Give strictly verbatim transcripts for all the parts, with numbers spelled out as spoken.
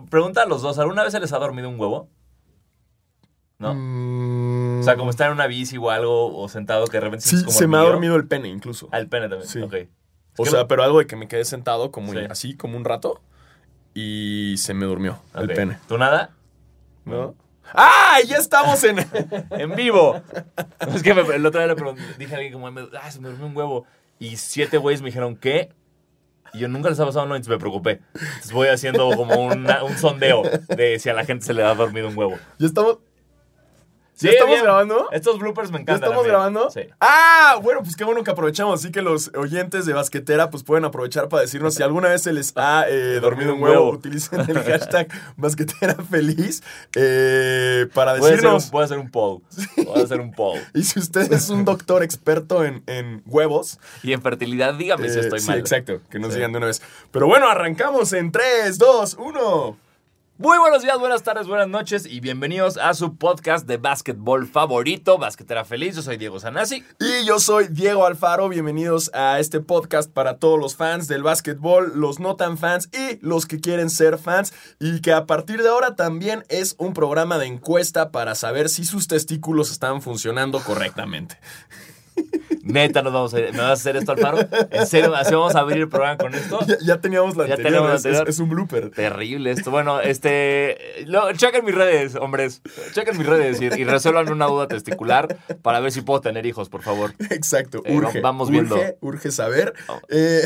pregunta a los dos, ¿alguna vez se les ha dormido un huevo? ¿No? Mm. O sea, como estar en una bici o algo, o sentado que de repente... Sí, como se me ha hormiguero. dormido el pene incluso. Ah, el pene también, Sí. ok. O sea, pero algo de que me quedé sentado como Sí. así, como un rato, y se me durmió el Ok. pene. ¿Tú nada? ¿No? ¡Ah! Ya estamos en... ¡En vivo! Es que me, el otro día le pregunté, dije a alguien como, ah, se me durmió un huevo. Y siete güeyes me dijeron, ¿qué? Y yo nunca les ha pasado, no, entonces me preocupé. Entonces voy haciendo como una, un sondeo de si a la gente se le ha dormido un huevo. Ya estamos... Sí, ¿Ya estamos bien. grabando? Estos bloopers me ¿Ya encantan. estamos a mí. grabando? Sí. Ah, bueno, pues qué bueno que aprovechamos. Así que los oyentes de Basquetera pues pueden aprovechar para decirnos si alguna vez se les ha eh, dormido un huevo. Utilicen el hashtag Basquetera Feliz eh, para Voy a, hacer un, decirnos. voy a hacer un poll. Voy a hacer un poll. Y si usted es un doctor experto en, en huevos. Y en fertilidad, dígame si eh, estoy sí, mal. exacto, que nos Sí. digan de una vez. Pero bueno, arrancamos en tres, dos, uno. Muy buenos días, buenas tardes, buenas noches y bienvenidos a su podcast de básquetbol favorito, Basquetera Feliz. Yo soy Diego Sanasi. Y yo soy Diego Alfaro. Bienvenidos a este podcast para todos los fans del básquetbol, los no tan fans y los que quieren ser fans. Y que a partir de ahora también es un programa de encuesta para saber si sus testículos están funcionando correctamente. Neta, nos vamos a ir. ¿Me vas a hacer esto, Alfaro? ¿En serio? ¿Así vamos a abrir el programa con esto? Ya, ya teníamos la Ya anterior, teníamos la es, anterior. es- es un blooper. Terrible esto. Bueno, este... Lo, chequen mis redes, hombres. Chequen mis redes y, y resuelvan una duda testicular para ver si puedo tener hijos, por favor. Exacto, Eh, urge. vamos urge, viendo. Urge saber. Oh. Eh,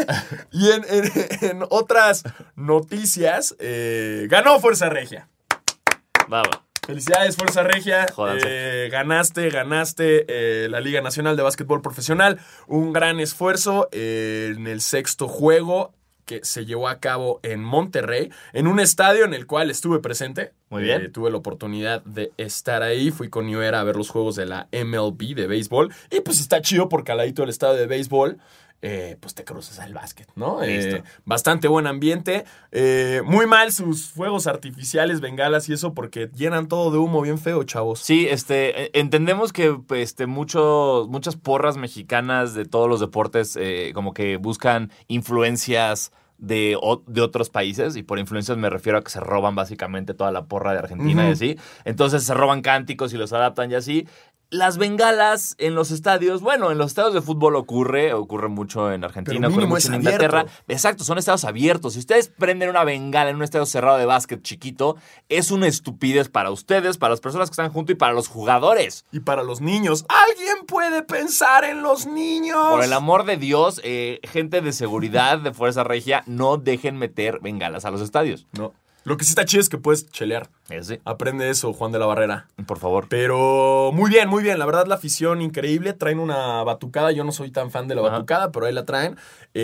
y en, en- en otras noticias, eh, ganó Fuerza Regia. Vamos. Felicidades, Fuerza Regia. Jódanse. Eh, ganaste, ganaste eh, la Liga Nacional de Básquetbol Profesional. Un gran esfuerzo eh, en el sexto juego que se llevó a cabo en Monterrey, en un estadio en el cual estuve presente. Muy bien. Eh, tuve la oportunidad de estar ahí. Fui con Niuera a ver los juegos de la M L B de béisbol. Y pues está chido porque al ladito del estadio de béisbol, eh, pues te cruzas al básquet, ¿no? Listo. Eh, bastante buen ambiente. Eh, muy mal sus fuegos artificiales, bengalas y eso, porque llenan todo de humo bien feo, chavos. Sí, este, eh, entendemos que este, mucho, muchas porras mexicanas de todos los deportes eh, como que buscan influencias de, o- de otros países, y por influencias me refiero a que se roban básicamente toda la porra de Argentina Ujú. y así. Entonces se roban cánticos y los adaptan y así. Las bengalas en los estadios, bueno, en los estadios de fútbol ocurre, ocurre mucho en Argentina, Pero ocurre mínimo mucho es en Inglaterra. abierto. Exacto, son estadios abiertos. Si ustedes prenden una bengala en un estadio cerrado de básquet chiquito, es una estupidez para ustedes, para las personas que están junto y para los jugadores. Y para los niños, ¿alguien puede pensar en los niños? Por el amor de Dios, eh, gente de seguridad de Fuerza Regia, no dejen meter bengalas a los estadios. No. Lo que sí está chido es que puedes chelear. Ese, Aprende eso, Juan de la Barrera. por favor. Pero muy bien, muy bien. La verdad, la afición increíble. Traen una batucada. Yo no soy tan fan de la Ajá. batucada, pero ahí la traen.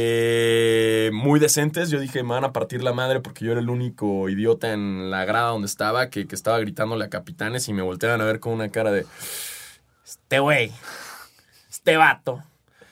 Eh, muy decentes. Yo dije, me van a partir la madre porque yo era el único idiota en la grada donde estaba que, que estaba gritándole a capitanes y me volteaban a ver con una cara de... Este güey. Este vato.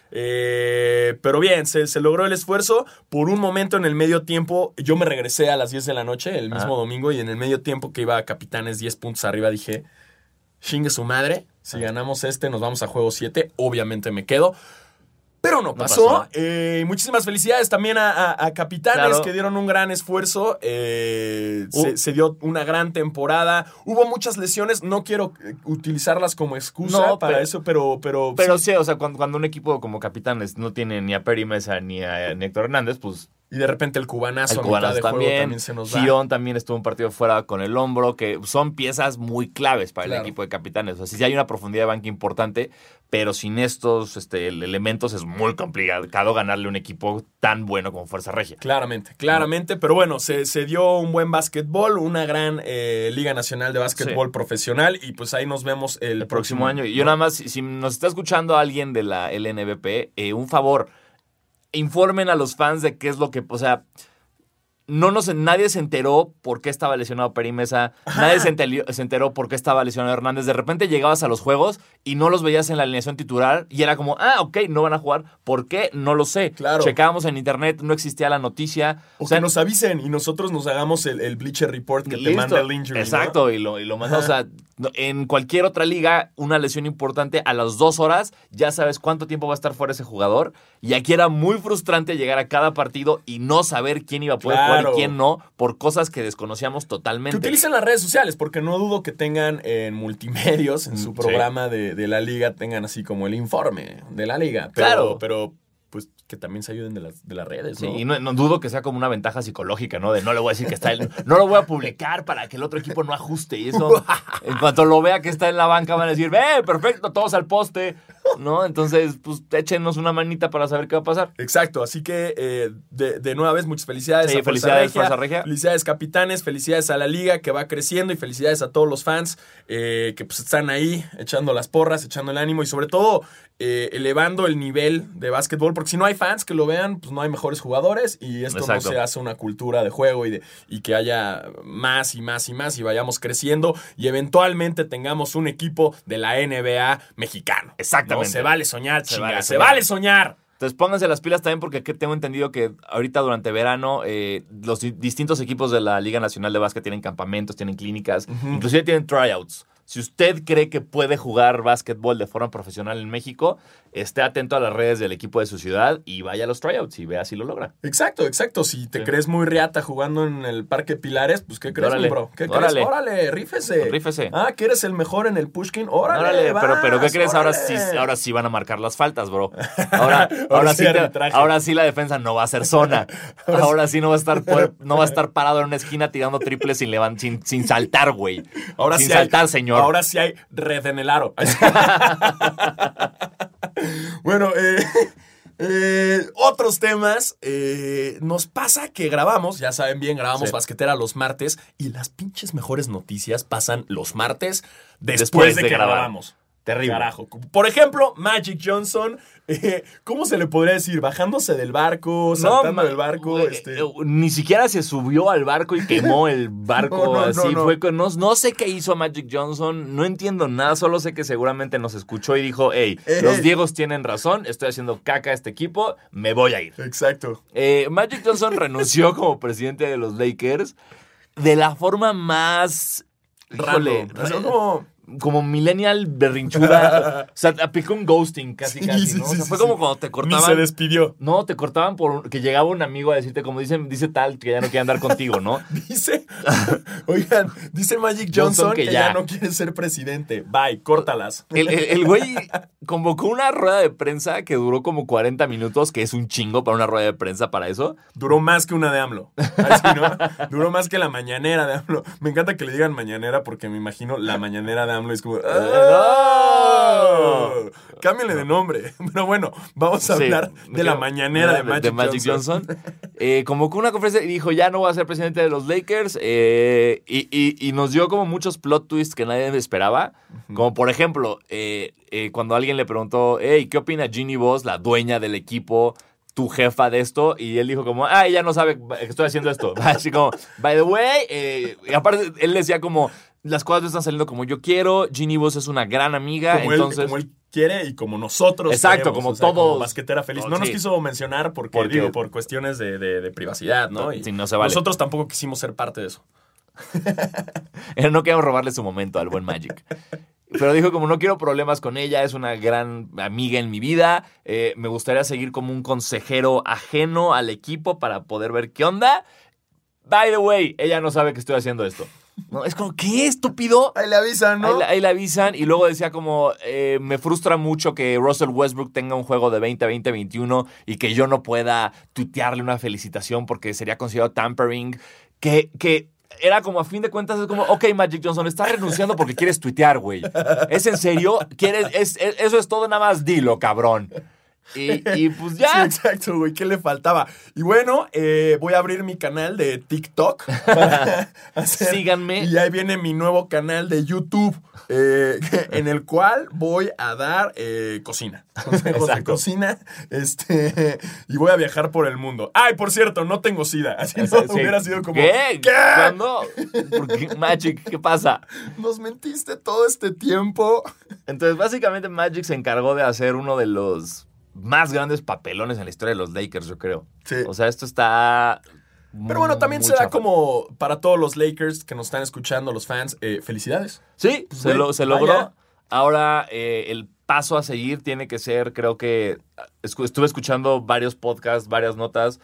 Eh, pero bien, se, se logró el esfuerzo. Por un momento en el medio tiempo, yo me regresé a las diez de la noche, el mismo Ajá. domingo, y en el medio tiempo que iba a Capitanes diez puntos arriba, dije, chingue su madre, si Ajá. ganamos este nos vamos a juego siete, obviamente me quedo. Pero no No pasó. pasó. Eh, muchísimas felicidades también a, a- a Capitanes Claro. que dieron un gran esfuerzo. Eh, Uh. se, se dio una gran temporada. Hubo muchas lesiones. No quiero eh, utilizarlas como excusa No, para pero- eso, pero... Pero, Pero sí. sí, o sea, cuando, cuando un equipo como Capitanes no tiene ni a Peri Mesa ni a, ni a Héctor Hernández, pues Y de repente el cubanazo el a mitad Cubanas de juego también, también se nos va. Girón también estuvo un partido fuera con el hombro, que son piezas muy claves para Claro. el equipo de Capitanes. O sea, sí hay una profundidad de banca importante, pero sin estos este, elementos es muy complicado ganarle a un equipo tan bueno como Fuerza Regia. Claramente, claramente. Pero bueno, se, se dio un buen básquetbol, una gran eh, Liga Nacional de Básquetbol Sí. Profesional. Y pues ahí nos vemos el, El próximo año. Y yo nada más, si, si nos está escuchando alguien de la L N B P, eh, un favor, informen a los fans de qué es lo que, o sea, no nos, nadie se enteró por qué estaba lesionado Peri Mesa, nadie se enteró, se enteró por qué estaba lesionado Hernández. De repente llegabas a los juegos y no los veías en la alineación titular y era como, ah, ok, no van a jugar. ¿Por qué? No lo sé. Claro. Checábamos en internet, no existía la noticia. O, que nos avisen y nosotros nos hagamos el, el Bleacher Report que te listo. manda el injury, ¿no? Exacto, y lo, y lo manda. O sea, no- en cualquier otra liga, una lesión importante, a las dos horas ya sabes cuánto tiempo va a estar fuera ese jugador. Y aquí era muy frustrante llegar a cada partido y no saber quién iba a poder Claro, jugar Claro. y quién no, por cosas que desconocíamos totalmente. Que utilicen las redes sociales, porque no dudo que tengan en multimedios, en su Mm, programa sí. de, de la liga, tengan así como el informe de la liga. Pero, Claro. Pero, pues, que también se ayuden de las, de las redes, Sí, ¿no? y no, no dudo que sea como una ventaja psicológica, ¿no? De no le voy a decir que está él, no lo voy a publicar para que el otro equipo no ajuste. Y eso, en cuanto lo vea que está en la banca, van a decir, ¡eh, perfecto, todos al poste! ¿No? Entonces, pues, échenos una manita para saber qué va a pasar. Exacto, así que eh, de, de nueva vez, muchas felicidades Sí, a Fuerza felicidades, Regia, Fuerza Regia. Felicidades, capitanes, felicidades a la liga que va creciendo y felicidades a todos los fans eh, que pues, están ahí echando las porras, echando el ánimo y sobre todo eh, elevando el nivel de básquetbol, porque si no hay fans que lo vean, pues no hay mejores jugadores y esto Exacto. no se hace una cultura de juego y, de, y que haya más y más y más y vayamos creciendo y eventualmente tengamos un equipo de la N B A mexicano. Exactamente. ¿No? Se vale soñar, Se chinga, vale se soñar. vale soñar. Entonces pónganse las pilas también porque aquí tengo entendido que ahorita durante verano eh, los di- distintos equipos de la Liga Nacional de Básquet tienen campamentos, tienen clínicas, Ujú. inclusive tienen tryouts. Si usted cree que puede jugar básquetbol de forma profesional en México, esté atento a las redes del equipo de su ciudad y vaya a los tryouts y vea si lo logra. Exacto, exacto. Si te Sí. crees muy riata jugando en el Parque Pilares, pues ¿qué crees, Órale, mi bro? ¿Qué órale. crees? Órale, rífese. Rífese. Ah, que eres el mejor en el Pushkin. Órale, Órale, vas, pero, pero ¿qué crees? Ahora órale. sí, ahora sí van a marcar las faltas, bro. Ahora, ahora, Ahora sí sí te- arbitraje. ahora sí la defensa no va a ser zona. Ahora sí no va a estar poder- no va a estar parado en una esquina tirando triples sin levan- sin, sin saltar, güey. Ahora sin sí saltar, hay, señor. Ahora sí hay red en el aro. Bueno, eh, eh, otros temas. eh, nos pasa que grabamos, ya saben bien, grabamos Sí. Basquetera los martes y las pinches mejores noticias pasan los martes después, Después de, de que grabar. grabamos. Terrible. Carajo. Por ejemplo, Magic Johnson, eh, ¿cómo se le podría decir? Bajándose del barco, saltando ma- del barco. güey, este... eh, Ni siquiera se subió al barco y quemó el barco. No, no, así no, no. fue con- no, no sé qué hizo Magic Johnson, no entiendo nada, solo sé que seguramente nos escuchó y dijo, hey, Eh. los Diegos tienen razón, estoy haciendo caca a este equipo, me voy a ir. Exacto. Eh, Magic Johnson renunció como presidente de los Lakers de la forma más... Híjole, Random. Así como... como millennial berrinchuda. O sea, aplicó un ghosting casi, Sí, casi, sí, ¿no? sí, o sea, sí, fue sí. como cuando te Ni se cortaban... despidió. No, te cortaban por que llegaba un amigo a decirte, como dicen, dice tal, que ya no quiere andar contigo, ¿no? Dice, oigan, dice Magic Johnson, Johnson que, que ya. ya. no quiere ser presidente. Bye, córtalas. El, el- el güey convocó una rueda de prensa que duró como cuarenta minutos, que es un chingo para una rueda de prensa para eso. Duró más que una de AMLO. Así, ¿no? Duró más que la mañanera de AMLO. Me encanta que le digan mañanera porque me imagino la mañanera de AMLO y es como... ¡Oh! Cámbiale de nombre. Pero bueno, vamos a Sí, hablar no de la quiero- mañanera de Magic, Johnson. Eh, convocó una conferencia y dijo, ya no voy a ser presidente de los Lakers. eh, y, y- y nos dio como muchos plot twists que nadie esperaba. Como por ejemplo, eh, eh, cuando alguien le preguntó, hey, ¿qué opina Ginny Voss, la dueña del equipo, tu jefa de esto? Y él dijo como, ah, ella no sabe que estoy haciendo esto. Así como, by the way, eh, y aparte él decía como, las cosas no están saliendo como yo quiero, Ginny Voss es una gran amiga, Como, entonces... él, como él quiere y como nosotros Exacto, queremos, como o sea, todos. como basquetera feliz. No Oh, nos sí. quiso mencionar porque, Porque- digo, por cuestiones de, de- de privacidad, ¿no? Y Sí, no se vale. nosotros tampoco quisimos ser parte de eso. No queremos robarle su momento al buen Magic. Pero dijo como no quiero problemas con ella, es una gran amiga en mi vida, eh, me gustaría seguir como un consejero ajeno al equipo para poder ver qué onda. By the way, ella no sabe que estoy haciendo esto. No, es como, ¿qué estúpido? Ahí le avisan, Ahí, la- ahí le avisan y luego decía como, eh, me frustra mucho que Russell Westbrook tenga un juego de veinte, veinte, veintiuno y que yo no pueda tuitearle una felicitación porque sería considerado tampering. Que, que era como, a fin de cuentas, es como, ok, Magic Johnson, estás renunciando porque quieres tuitear, güey. ¿Es en serio? ¿Quieres? Es, es- eso es todo, nada más dilo, cabrón. Y, y pues Sí, ya. exacto, güey. ¿Qué le faltaba? Y bueno, eh, voy a abrir mi canal de TikTok para hacer... Síganme. Y ahí viene mi nuevo canal de YouTube, eh, en el cual voy a dar eh, cocina. Consejos de Exacto. cocina. Este, y voy a viajar por el mundo. Ay, por cierto, no tengo sida. Así no Sí. hubiera sido como... ¿Qué? ¿Qué? ¿Cuándo? ¿Por qué? Magic, ¿qué pasa? Nos mentiste todo este tiempo. Entonces, básicamente, Magic se encargó de hacer uno de los más grandes papelones en la historia de los Lakers, yo creo. Sí. O sea, esto está... Pero bueno, también muy se da chafa. como para todos los Lakers que nos están escuchando, los fans, eh, felicidades. Sí, Pues, se, güey, lo- se vaya. logró. Ahora, eh, el paso a seguir tiene que ser, creo que... escu- Estuve escuchando varios podcasts, varias notas,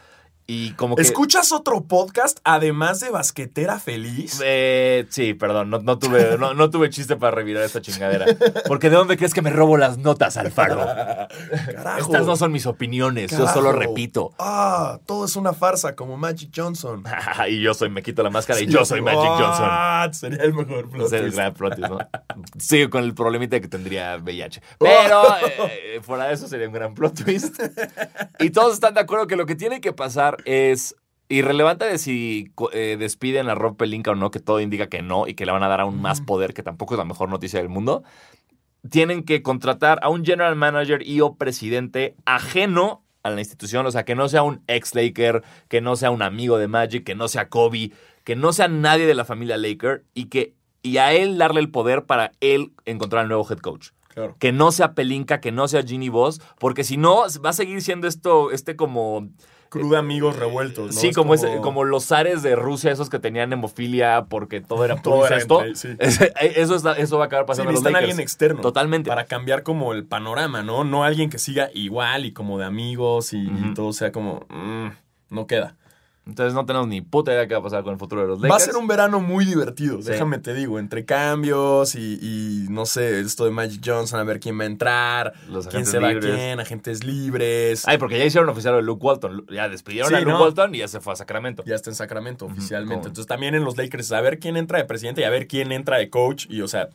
Y como que... ¿Escuchas otro podcast además de Basquetera Feliz? Eh, sí, perdón, no, no, tuve, no, no tuve chiste para revirar esta chingadera. Porque ¿de dónde crees que me robo las notas, Alfaro? Carajo. Estas no son mis opiniones, Carajo. yo solo repito. Ah, todo es una farsa como Magic Johnson. Y yo soy, me quito la máscara y yo soy Magic Johnson. Ah, sería el mejor plot Es el twist. gran plot twist, ¿no? Sigo con el problemita de que tendría V I H. Pero eh, fuera de eso sería un gran plot twist. Y todos están de acuerdo que lo que tiene que pasar es irrelevante de si eh, despiden a Rob Pelinka o no, que todo indica que no y que le van a dar aún más poder, que tampoco es la mejor noticia del mundo. Tienen que contratar a un general manager y o presidente ajeno a la institución, o sea, que no sea un ex-Laker, que no sea un amigo de Magic, que no sea Kobe, que no sea nadie de la familia Laker y que y a él darle el poder para él encontrar al nuevo head coach. Claro. Que no sea Pelinka, que no sea Ginny Voss, porque si no, va a seguir siendo esto, este como... Cruda amigos revueltos, ¿no? Sí, Es como, ese- como los zares de Rusia, esos que tenían hemofilia porque todo era Todo puro era incesto. entre- sí. Ese- Eso, está- eso va a acabar Sí, pasando a los necesitan a Lakers. alguien externo. Totalmente. Para cambiar como el panorama, ¿no? No alguien que siga igual y como de amigos y, Ujú. y todo sea como... mm, no queda. Entonces no tenemos ni puta idea qué va a pasar con el futuro de los Va a Lakers. ser un verano muy divertido, Sí. déjame te digo, entre cambios y, y, no sé, esto de Magic Johnson, a ver quién va a entrar, Los quién agentes se va libres. a quién, agentes libres. Ay, porque ya hicieron oficial lo de Luke Walton. Ya despidieron Sí, a Luke ¿no? Walton y ya se fue a Sacramento. Ya está en Sacramento oficialmente. ¿cómo? Entonces también en los Lakers, a ver quién entra de presidente y a ver quién entra de coach. Y o sea,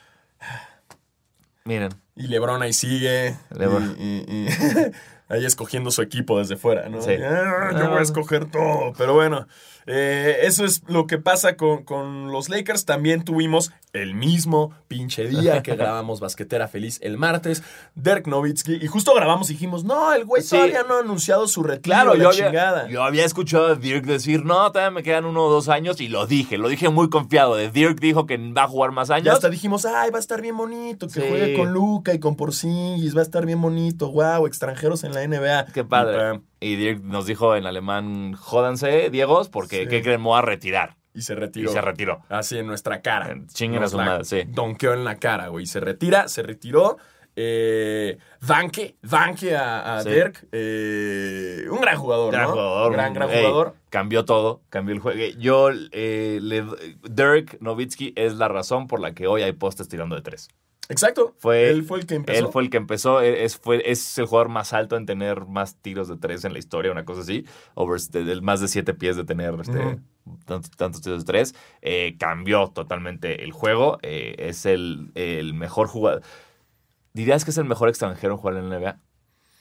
Miren, y LeBron ahí sigue. LeBron. Y, y- y ahí escogiendo su equipo desde fuera, ¿no? Sí. Ah, yo voy a escoger todo. Pero bueno, eh, eso es lo que pasa con, con los Lakers. También tuvimos el mismo pinche día que grabamos Basquetera Feliz el martes. Dirk Nowitzki. Y justo grabamos y dijimos, no, el güey Sí. todavía no ha anunciado su retiro. claro, la yo chingada. había, yo había escuchado a Dirk decir, no, todavía me quedan uno o dos años y lo dije. Lo dije muy confiado. De Dirk dijo que va a jugar más Ya años. hasta dijimos, ay, va a estar bien bonito, que Sí. juegue con Luka y con Porzingis, va a estar bien bonito, wow, extranjeros en la N B A. Qué padre. Y, pam, Y Dirk nos dijo en alemán, jódanse, Diegos, porque Sí. ¿qué creen? Me voy a retirar. y se Y retiró. se retiró. Así en nuestra cara. Eh, chinguen Nos a su la madre, sí. Donkeó en la cara, güey. Se retira, se retiró. Eh, Danke, Danke a, a Sí. Dirk. Eh, un gran jugador, Gran ¿no? jugador. Gran, gran Ey, jugador. Cambió todo, cambió el juego. Yo, eh, le, Dirk Nowitzki es la razón por la que hoy hay postes tirando de tres. Exacto. Fue- Él fue el que empezó. Él fue el que empezó, es, fue, es el jugador más alto en tener más tiros de tres en la historia, una cosa así. Over, de, de más de siete pies de tener este, Ujú. tantos, tantos tiros de tres. Eh, cambió totalmente el juego. Eh, es el, el mejor jugador. ¿Dirías que es el mejor extranjero en jugar en la N B A?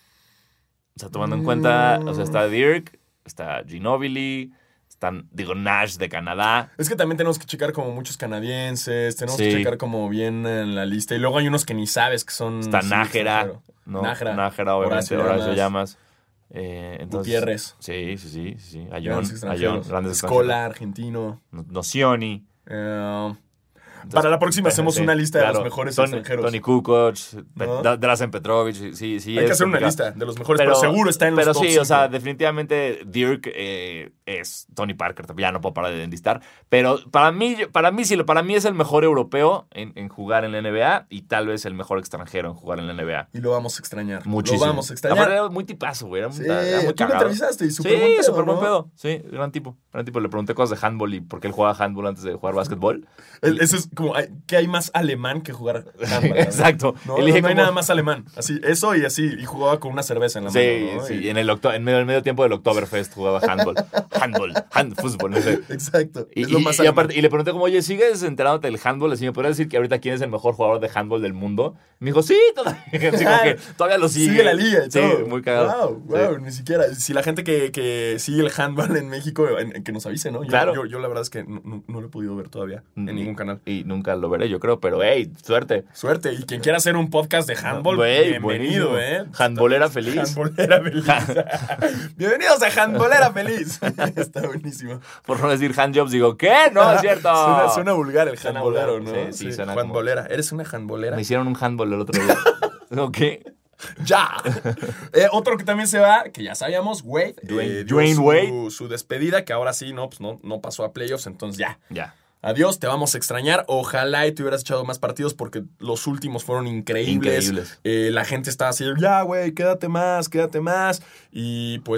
O sea, tomando en cuenta, o sea, está Dirk, está Ginobili, están, digo, Nash de Canadá. Es que también tenemos que checar como muchos canadienses, tenemos Sí. que checar como bien en la lista. Y luego hay unos que ni sabes que son... Está sí, Nájera, extranjero. ¿no? Nájera, Nájera, obviamente, Horacio Horacio Llamas. Llamas. Eh, entonces, Gutiérrez. Sí, sí, sí, sí. sí. Ayón, Grandes extranjeros. Ayón, grandes Escola, argentino. extranjeros. Nocioni. Eh, para la próxima hacemos Sí, una lista de claro. los mejores Tony, extranjeros. Tony Kukoc, ¿No? Pe- Drazen Petrovic, sí, sí. Hay es que hacer una complicado. lista de los mejores, pero, seguro está en los Pero top sí, cinco. o sea, definitivamente Dirk eh, es Tony Parker, ya no puedo parar de enlistar. Pero para mí, para mí sí, para mí es el mejor europeo en, en jugar en la N B A y tal vez el mejor extranjero en jugar en la N B A. Y lo vamos a extrañar. Muchísimo. Lo vamos a extrañar. Aparte era muy tipazo, güey. Era, Sí, era muy tú lo cagado. entrevistaste y súper Sí, buen pedo, súper buen ¿no? pedo. Sí, gran tipo. Gran tipo. Le pregunté cosas de handball y por qué él jugaba handball antes de jugar básquetbol. El- Eso es como, hay- ¿qué hay más alemán que jugar handball? ¿verdad? Exacto. No, Y no, le dije no hay como- nada más alemán. Así, eso y así. Y jugaba con una cerveza en la Sí, mano. ¿no? sí. Y- Y en el, octo- en medio, el medio tiempo del Oktoberfest jugaba handball. handball. Hand, fútbol, no sé. Exacto. Y, es lo y- más y alemán. aparte, y le pregunté como, oye, ¿sigues enterándote del handball? Así, ¿me podrías decir que ahorita quién es el mejor jugador de handball del mundo? Me dijo, sí, todavía. Así como que todavía lo sigue. Sigue la liga y Sí, todo. muy cagado. Wow, wow, ni siquiera. Si la gente que, que sigue el handball en México, en- en que nos avise, ¿no? Yo, Claro. Yo, yo la verdad es que no, no- no lo he podido ver todavía en Ni- ningún canal. Y nunca lo veré, yo creo, pero hey, suerte. Suerte. Y quien quiera hacer un podcast de handball, Güey, bienvenido, buenísimo. ¿eh? Handbolera feliz. Handbolera feliz. Bienvenidos a Handbolera feliz. Está buenísimo. Por no decir handjobs, digo, ¿qué? No, es cierto. Suena, suena vulgar el Suena handbolero, vulgar, ¿no? sí, sí, suena como- handbolera. ¿Eres una handbolera? Me hicieron un handball el otro día. ¿Ok? ¡Ya! Eh, otro que también se va, que ya sabíamos, Wade. Dwayne- eh, dio Dwayne su, Wade. su despedida, que ahora sí, no, pues no, no pasó a playoffs, entonces ya. Ya. Adiós, te vamos a extrañar. Ojalá y te hubieras echado más partidos porque los últimos fueron increíbles. Increíbles. Eh, la gente estaba así, ya, güey, quédate más, quédate más. Y pues no,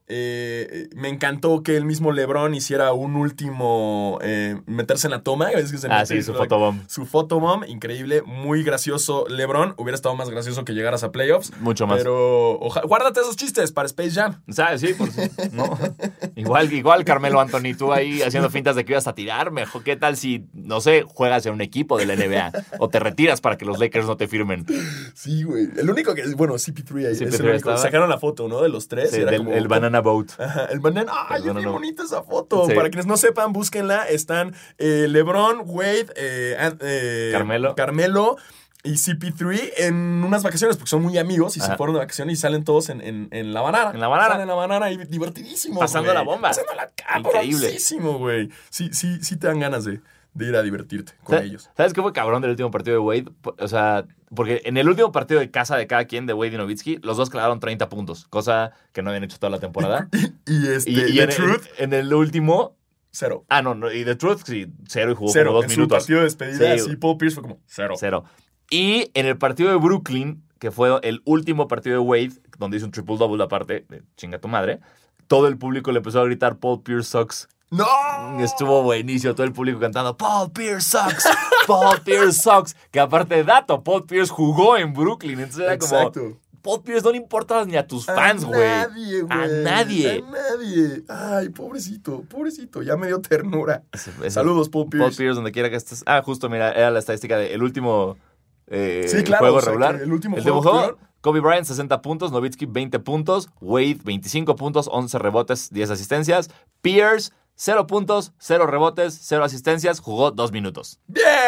Eh, me encantó que el mismo LeBron hiciera un último eh, meterse en la toma. Es que se ah, sí, su photobomb. Su photobomb, increíble, muy gracioso. LeBron, hubiera estado más gracioso que llegaras a playoffs. Mucho más. Pero oja, guárdate esos chistes para Space Jam. ¿Sabes? Sí, por sí. No. Igual, igual, Carmelo Anthony, tú ahí haciendo fintas de que ibas a tirar. Mejor, ¿qué tal si, no sé, juegas en un equipo de la N B A? O te retiras para que los Lakers no te firmen. Sí, güey. El único que, bueno, C P tres ahí. C P tres es el único. Sacaron la foto, ¿no? De los tres. Sí, era del, como, el banana boat. Ajá, el banana. ¡Ay, es bien bonita esa foto! Sí. Para quienes no sepan, búsquenla. Están eh, LeBron, Wade, eh, eh, Carmelo. Carmelo y C P tres en unas vacaciones, porque son muy amigos y Ajá. se fueron de vacaciones y salen todos en, en, en la banana. En la banana. Salen en la banana y divertidísimo. Pasando güey. la bomba. Pasando la Increíble. güey. Sí, sí, sí te dan ganas de, de ir a divertirte con ¿Sabes, ellos. ¿Sabes qué fue cabrón del último partido de Wade? O sea, porque en el último partido de casa de cada quien, de Wade y Nowitzki, los dos clavaron treinta puntos, cosa que no habían hecho toda la temporada. y este, y, y The en, Truth, en, en el último... Cero. Ah, no, no, y The Truth, sí, cero y jugó cero. como dos en minutos. Su partido de despedida, sí, sí, Paul Pierce fue como cero. Cero. Y en el partido de Brooklyn, que fue el último partido de Wade, donde hizo un triple-double aparte, de chinga tu madre, todo el público le empezó a gritar Paul Pierce sucks. ¡No! Estuvo buenísimo, todo el público cantando Paul Pierce sucks, Paul Pierce sucks. Que aparte de dato, Paul Pierce jugó en Brooklyn, entonces era Exacto. como... Paul Pierce no le importas ni a tus fans, güey. A nadie, güey. A nadie. A nadie. Ay, pobrecito, pobrecito. Ya me dio ternura. Ese, ese, Saludos, Paul Pierce. Paul Pierce, donde quiera que estés. Ah, justo, mira, era la estadística del último eh, sí, claro, juego o sea, regular. El último el juego. juego Kobe Bryant, sesenta puntos. Nowitzki, veinte puntos. Wade, veinticinco puntos, once rebotes, diez asistencias. Pierce, cero puntos, cero rebotes, cero asistencias. Jugó dos minutos.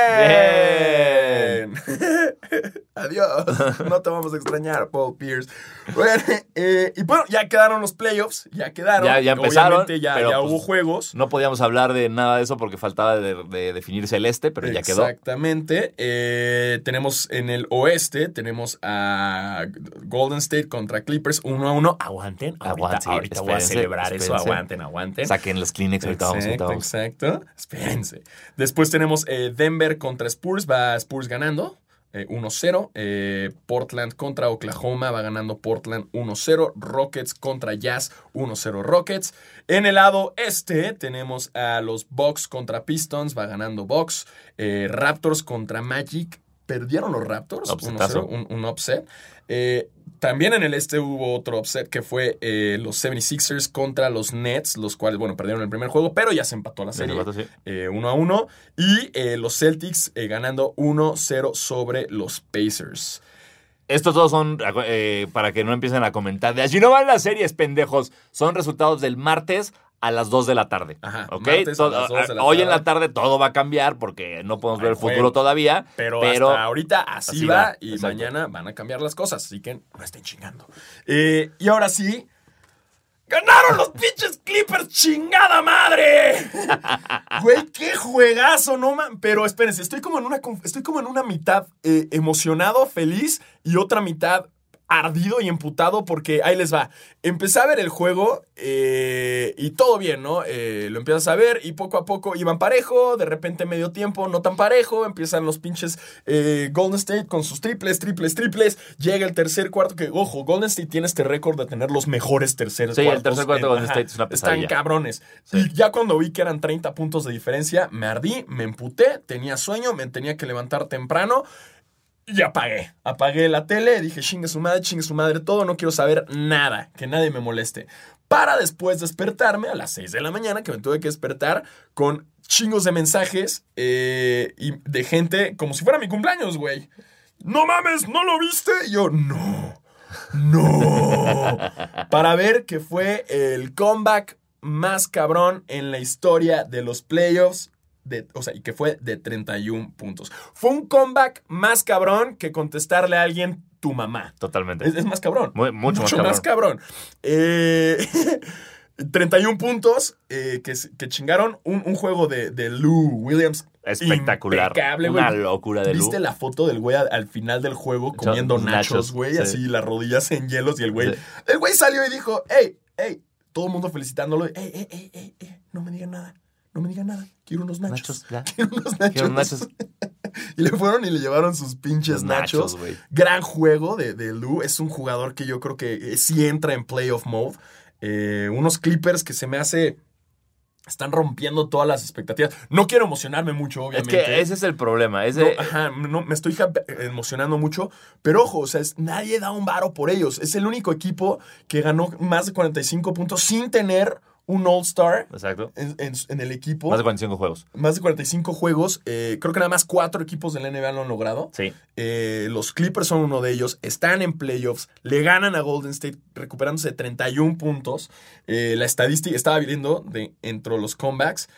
¡Bien! Bien. Adiós. No te vamos a extrañar, Paul Pierce. Bueno, eh, y bueno, ya quedaron los playoffs. Ya quedaron. Ya, ya empezaron. Obviamente ya, pero, ya pues, hubo juegos. No podíamos hablar de nada de eso porque faltaba de, de definirse el este, pero ya quedó. Exactamente. Eh, tenemos en el oeste, tenemos a Golden State contra Clippers uno a uno. Aguanten. Aguanten. Ahorita, ahorita voy a celebrar espérense. eso. Aguanten, aguanten. Saquen los Kleenex. Ahorita vamos, ahorita vamos. Exacto. Espérense. Después tenemos eh, Denver contra Spurs. Va Spurs ganando. Eh, uno cero. Eh, Portland contra Oklahoma. Va ganando Portland uno cero. Rockets contra Jazz uno cero Rockets. En el lado este tenemos a los Bucks contra Pistons. Va ganando Bucks. Eh, Raptors contra Magic. Perdieron los Raptors. uno cero. Un, un upset. Eh, también en el este hubo otro upset que fue eh, los setenta y seis ers contra los Nets, los cuales, bueno, perdieron el primer juego, pero ya se empató la serie empató, sí. eh, uno a uno. Y eh, los Celtics eh, ganando uno cero sobre los Pacers. Estos todos son, eh, para que no empiecen a comentar, de así no van las series, pendejos. Son resultados del martes a las dos de la tarde. Ajá, ¿okay? Todo, a las dos de la hoy tarde. en la tarde todo va a cambiar porque no podemos Ay, ver el juego. futuro todavía. Pero, pero hasta ahorita así, así va, va, y exacto. mañana van a cambiar las cosas, así que no estén chingando. Eh, y ahora sí, ¡ganaron los pinches Clippers, chingada madre! Güey, qué juegazo, no man. Pero espérense, estoy como en una, estoy como en una mitad eh, emocionado, feliz y otra mitad ardido y emputado porque ahí les va. Empecé a ver el juego eh, y todo bien, ¿no? Eh, lo empiezas a ver y poco a poco iban parejo, de repente medio tiempo no tan parejo, empiezan los pinches eh, Golden State con sus triples, triples, triples, llega el tercer cuarto que, ojo, Golden State tiene este récord de tener los mejores terceros sí, cuartos. el tercer cuarto de Golden State es una pesadilla. Están cabrones. Sí. Y ya cuando vi que eran treinta puntos de diferencia, me ardí, me emputé, tenía sueño, me tenía que levantar temprano. Y apagué. Apagué la tele, dije, chingue su madre, chingue su madre, todo, no quiero saber nada, que nadie me moleste. Para después despertarme a las seis de la mañana, que me tuve que despertar con chingos de mensajes eh, y de gente como si fuera mi cumpleaños, güey. No mames, ¿no lo viste? Y yo, no, no. Para ver que fue el comeback más cabrón en la historia de los playoffs. De, o sea, y que fue de treinta y uno puntos. Fue un comeback más cabrón que contestarle a alguien tu mamá. Totalmente. Es, es más cabrón. Muy, mucho, mucho más más cabrón. Más cabrón. Eh, treinta y uno puntos eh, que, que chingaron un, un juego de, de Lou Williams. Espectacular. Impecable, Una güey. locura de Lou. ¿Viste la foto del güey al, al final del juego comiendo Son nachos, güey? sí. Así las rodillas en hielos y el güey. Sí. El güey salió y dijo, hey, hey. Todo el mundo felicitándolo. Ey, ey, ey, ey, ey. No me digan nada. No me digan nada. Quiero unos nachos. nachos Quiero unos nachos. Quiero nachos. Y le fueron y le llevaron sus pinches Los nachos. nachos, Gran juego de, de Lou. Es un jugador que yo creo que sí entra en playoff mode. Eh, unos Clippers que se me hace... Están rompiendo todas las expectativas. No quiero emocionarme mucho, obviamente. Es que ese es el problema. Ese... No, ajá, no, me estoy emocionando mucho. Pero ojo, o sea, es, nadie da un varo por ellos. Es el único equipo que ganó más de cuarenta y cinco puntos sin tener un All-Star Exacto. En, en, en el equipo. Más de cuarenta y cinco juegos. Más de cuarenta y cinco juegos. Eh, creo que nada más cuatro equipos de la N B A lo han logrado. Sí. Eh, los Clippers son uno de ellos. Están en playoffs. Le ganan a Golden State recuperándose treinta y uno puntos. Eh, la estadística estaba viendo de, entre los comebacks.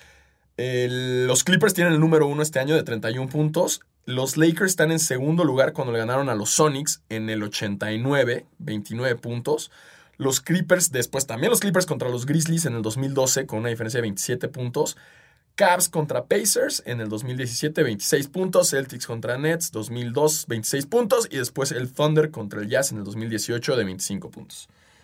Eh, los Clippers tienen el número uno este año de treinta y uno puntos. Los Lakers están en segundo lugar cuando le ganaron a los Sonics en el ochenta y nueve, veintinueve puntos. Los Clippers, después también los Clippers contra los Grizzlies en el dos mil doce con una diferencia de veintisiete puntos. Cavs contra Pacers en el dos mil diecisiete, veintiséis puntos. Celtics contra Nets, dos mil dos, veintiséis puntos. Y después el Thunder contra el Jazz en el dos mil dieciocho de veinticinco puntos.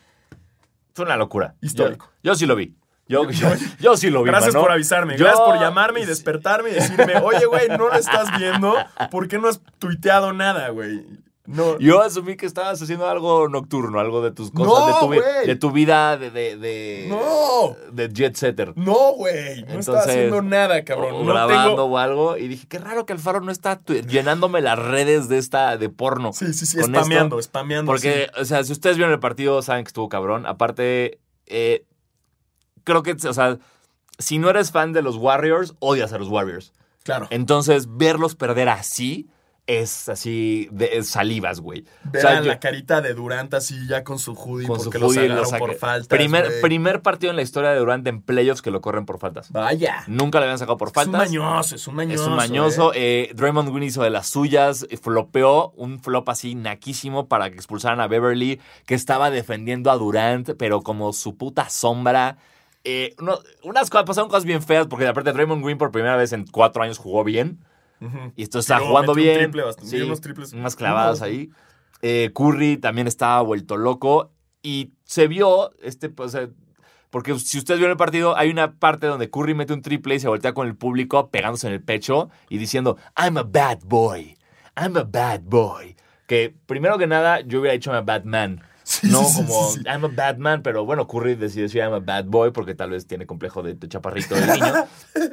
Fue una locura. Histórico. Yo, yo sí lo vi. Yo, yo, yo sí lo vi. Gracias ¿no? por avisarme. Yo... Gracias por llamarme y despertarme y decirme, oye, güey, no lo estás viendo. ¿Por qué no has tuiteado nada, güey? No. Yo asumí que estabas haciendo algo nocturno, algo de tus cosas, No, de, tu, güey. de tu vida de, de, de, No. de jet setter. No, güey. No estaba haciendo nada, cabrón. O No grabando tengo... o algo. Y dije, qué raro que Alfaro no está tu- llenándome las redes de esta de porno. Sí, sí, sí, con spameando, esto. spameando. Porque, sí. o sea, si ustedes vieron el partido, saben que estuvo cabrón. Aparte, eh, creo que, o sea, si no eres fan de los Warriors, odias a los Warriors. Claro. Entonces, verlos perder así es así de es salivas, güey. Ver O sea, a yo- la carita de Durant así ya con su hoodie con porque su los hoodie agarraron lo saca. por faltas, Primer, güey. primer partido en la historia de Durant en playoffs que lo corren por faltas. Vaya. Nunca le habían sacado por Es un faltas. mañoso, es un mañoso. Es un mañoso. ¿eh? Eh, Draymond Green hizo de las suyas, eh, flopeó un flop así naquísimo para que expulsaran a Beverly, que estaba defendiendo a Durant, pero como su puta sombra. Eh, no, unas cosas, pasaron cosas bien feas, porque aparte Draymond Green por primera vez en cuatro años jugó bien. Ujú. Y esto está Tiró, jugando metió un bien. triple bastante- Sí, dio unos triples. unas clavadas Ujú. ahí. Eh, Curry también estaba vuelto loco. Y se vio, este, pues, eh, porque si ustedes vieron el partido, hay una parte donde Curry mete un triple y se voltea con el público pegándose en el pecho y diciendo, I'm a bad boy. I'm a bad boy. Que primero que nada, yo hubiera dicho I'm a bad man. Sí, no sí, sí, como sí, sí. I'm a bad man, pero bueno, Curry decidió decir I'm a bad boy porque tal vez tiene complejo de, de chaparrito de niño.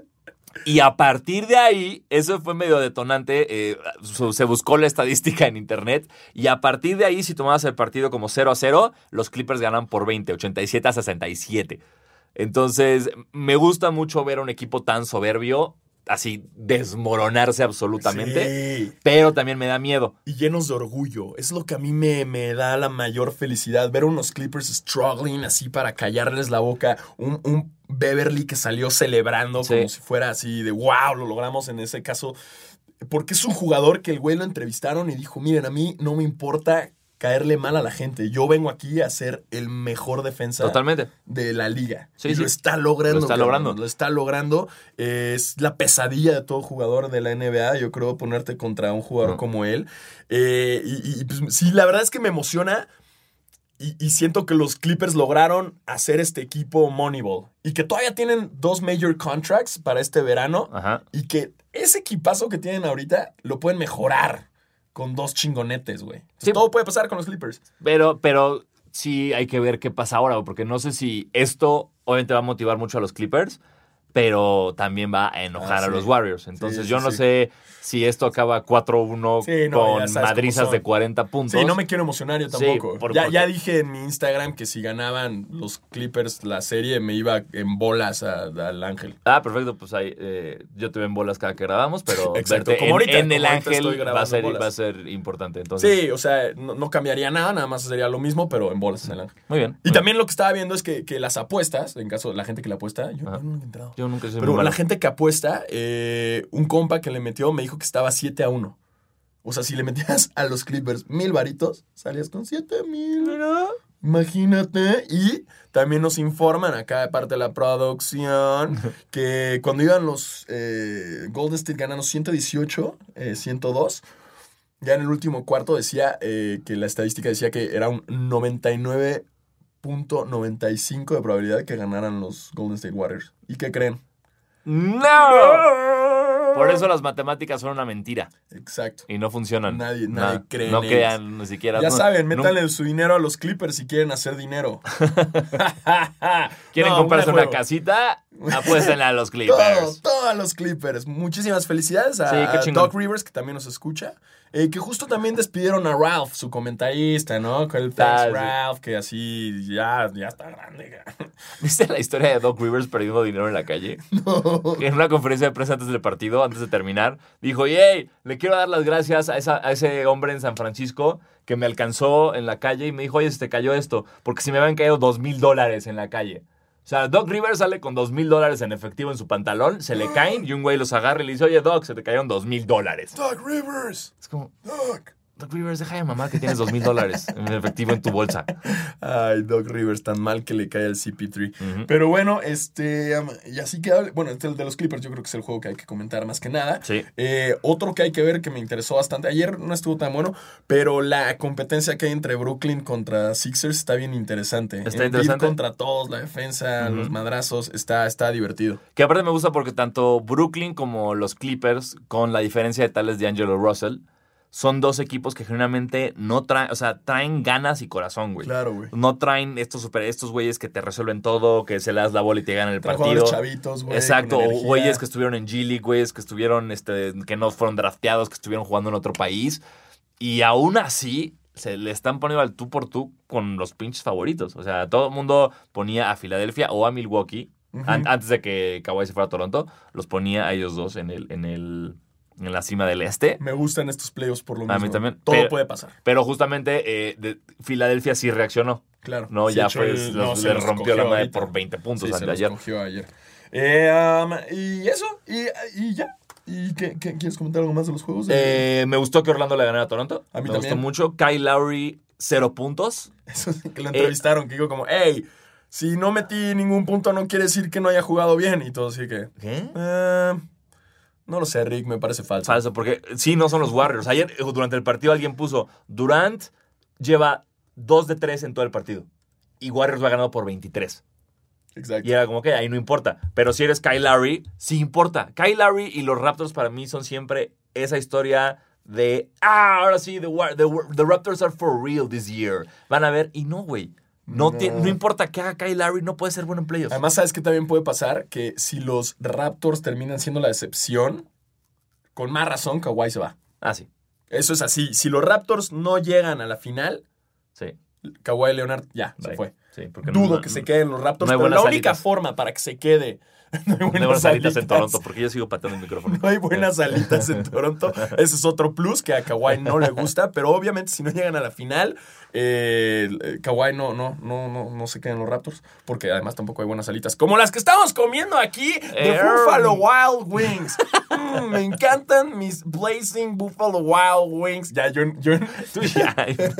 Y a partir de ahí, eso fue medio detonante, eh, su- se buscó la estadística en internet, y a partir de ahí, si tomabas el partido como cero a cero, los Clippers ganan por veinte, ochenta y siete a sesenta y siete. Entonces, me gusta mucho ver a un equipo tan soberbio, así, desmoronarse absolutamente, Sí. pero también me da miedo. Y llenos de orgullo. Es lo que a mí me, me da la mayor felicidad. Ver a unos Clippers struggling así para callarles la boca. Un, un Beverly que salió celebrando Sí. como si fuera así de wow, lo logramos en ese caso. Porque es un jugador que el güey lo entrevistaron y dijo, miren, a mí no me importa caerle mal a la gente. Yo vengo aquí a ser el mejor defensa Totalmente. de la liga. Sí, y sí. lo está logrando. Lo está cabrón, logrando. Lo está logrando. Es la pesadilla de todo jugador de la N B A. Yo creo ponerte contra un jugador No. como él. Eh, y y, pues, sí, la verdad es que me emociona. Y, y siento que los Clippers lograron hacer este equipo Moneyball. Y que todavía tienen dos major contracts para este verano. Ajá. Y que ese equipazo que tienen ahorita lo pueden mejorar con dos chingonetes, güey. Entonces, Sí. todo puede pasar con los Clippers. Pero, pero sí hay que ver qué pasa ahora, porque no sé si esto obviamente va a motivar mucho a los Clippers, pero también va a enojar Ah, sí. a los Warriors. Entonces Sí, yo sí, no sí. sé si esto acaba cuatro uno Sí, no, con ya sabes madrizas cómo son. de cuarenta puntos. Sí, no me quiero emocionar yo Sí, tampoco. por- ya, porque- ya dije en mi Instagram que si ganaban los Clippers la serie me iba en bolas a- al Ángel. Ah, perfecto, pues ahí eh, yo te veo en bolas cada que grabamos, pero Exacto, verte como en, ahorita, en el como ahorita Ángel estoy grabando va a, ser, en bolas. va a ser importante. Entonces, Sí, o sea, no, no cambiaría nada, nada más sería lo mismo, pero en bolas en el Ángel. muy bien. Y muy también lo que estaba viendo es que, que las apuestas, en caso de la gente que la apuesta, yo, Ajá. yo no he entrado. bien. Yo nunca soy Pero muy malo. la gente que apuesta, eh, un compa que le metió me dijo que estaba siete a uno. O sea, si le metías a los Clippers mil varitos, salías con siete mil. Imagínate. Y también nos informan acá de parte de la producción que cuando iban los eh, Golden State ganando ciento dieciocho, eh, ciento dos, ya en el último cuarto decía eh, que la estadística decía que era un noventa y nueve punto noventa y cinco de probabilidad que ganaran los Golden State Warriors. ¿Y qué creen? ¡No! Por eso las matemáticas son una mentira. Exacto. Y no funcionan. Nadie, nadie no, cree No en crean ni siquiera. Ya no, saben, no, métanle su dinero a los Clippers si quieren hacer dinero. ¿Quieren No, comprarse un una juego. casita? Apuéstenle a los Todo, Clippers. todo a los Clippers. Muchísimas felicidades a, Sí, qué a chingón. Doc Rivers, que también nos escucha. Eh, que justo también despidieron a Ralph, su comentarista, ¿no? Con el Ah, thanks, sí. Ralph, que así ya, ya está grande. ¿Viste la historia de Doc Rivers perdiendo dinero en la calle? No. En una conferencia de prensa antes del partido, antes de terminar, dijo, hey, le quiero dar las gracias a, esa, a ese hombre en San Francisco que me alcanzó en la calle y me dijo, oye, se te cayó esto, porque si me habían caído dos mil dólares en la calle. O sea, Doc Rivers sale con dos mil dólares en efectivo en su pantalón, se le caen y un güey los agarra y le dice, oye, Doc, se te cayeron dos mil dólares. Doc Rivers. Es como, Doc. Doc Rivers, deja de mamá que tienes dos mil dólares en efectivo en tu bolsa. Ay, Doc Rivers, tan mal que le cae al C P tres. Ujú. Pero bueno, este. um, y así que hable- bueno, este el de los Clippers, yo creo que es el juego que hay que comentar más que nada. Sí. Eh, otro que hay que ver que me interesó bastante. Ayer no estuvo tan bueno, pero la competencia que hay entre Brooklyn contra Sixers está bien interesante. Está Embiid interesante. contra todos, la defensa, Ujú. los madrazos, está, está divertido. Que aparte me gusta porque tanto Brooklyn como los Clippers, con la diferencia de tales de D'Angelo Russell, son dos equipos que generalmente no traen, o sea, traen ganas y corazón, güey. Claro, güey. No traen estos super, estos güeyes que te resuelven todo, que se le das la bola y te ganan el Traen partido. jugadores chavitos, güey. Exacto, con o energía. güeyes que estuvieron en G League, güeyes que estuvieron, este, que no fueron drafteados, que estuvieron jugando en otro país. Y aún así, se le están poniendo al tú por tú con los pinches favoritos. O sea, todo el mundo ponía a Filadelfia o a Milwaukee, Ujú. an- antes de que Kawhi se fuera a Toronto, los ponía a ellos dos en el, en el, en la cima del este. Me gustan estos playoffs por lo A mismo. mí también. Todo Pero- puede pasar. Pero justamente eh, de- Filadelfia sí reaccionó. Claro. No, Sí, ya echó fue, el- los- no, se le los rompió cogió la madre ahorita. por veinte puntos Sí, se ante los ayer. cogió ayer. Eh, um, y eso, y, y ya. ¿Y qué, qué- quieres comentar algo más de los juegos? Eh, me gustó que Orlando le ganara a Toronto. A mí me también. gustó mucho. Kyle Lowry, cero puntos. Eso sí, que lo entrevistaron, que dijo como, hey, si no metí ningún punto no quiere decir que no haya jugado bien. Y todo así que, ¿Qué? eh, no lo sé, Rick, me parece falso. Falso, porque sí, no son los Warriors. Ayer, eh, durante el partido, alguien puso, Durant lleva dos de tres en todo el partido. Y Warriors va ganado por veintitrés. Exacto. Y era como que ahí no importa. Pero si eres Kyle Lowry, sí importa. Kyle Lowry y los Raptors para mí son siempre esa historia de, ah, ahora sí, the, War- the, the Raptors are for real this year. Van a ver, y no, güey. No, No. tie- no importa qué haga Kyle Lowry, no puede ser bueno en playoffs. Además, ¿sabes qué también puede pasar? Que si los Raptors terminan siendo la excepción, con más razón Kawhi se va. Ah, sí, Eso es así. Si los Raptors no llegan a la final, sí. Kawhi Leonard ya se Bye. fue. Sí, porque Dudo no- que se queden los Raptors, no hay pero la buenas única alitas. forma para que se quede no hay No hay buenas buenas alitas en alitas. Toronto, porque yo sigo pateando el micrófono. No hay buenas alitas en Toronto. Ese es otro plus que a Kawhi no le gusta, pero obviamente si no llegan a la final, eh, Kawhi no, no, no, no, no se queda en los Raptors, porque además tampoco hay buenas alitas. Como las que estamos comiendo aquí de Eh, Buffalo Wild Wings. Mm, me encantan mis Blazing Buffalo Wild Wings. Ya, yo, yo, Tú ya.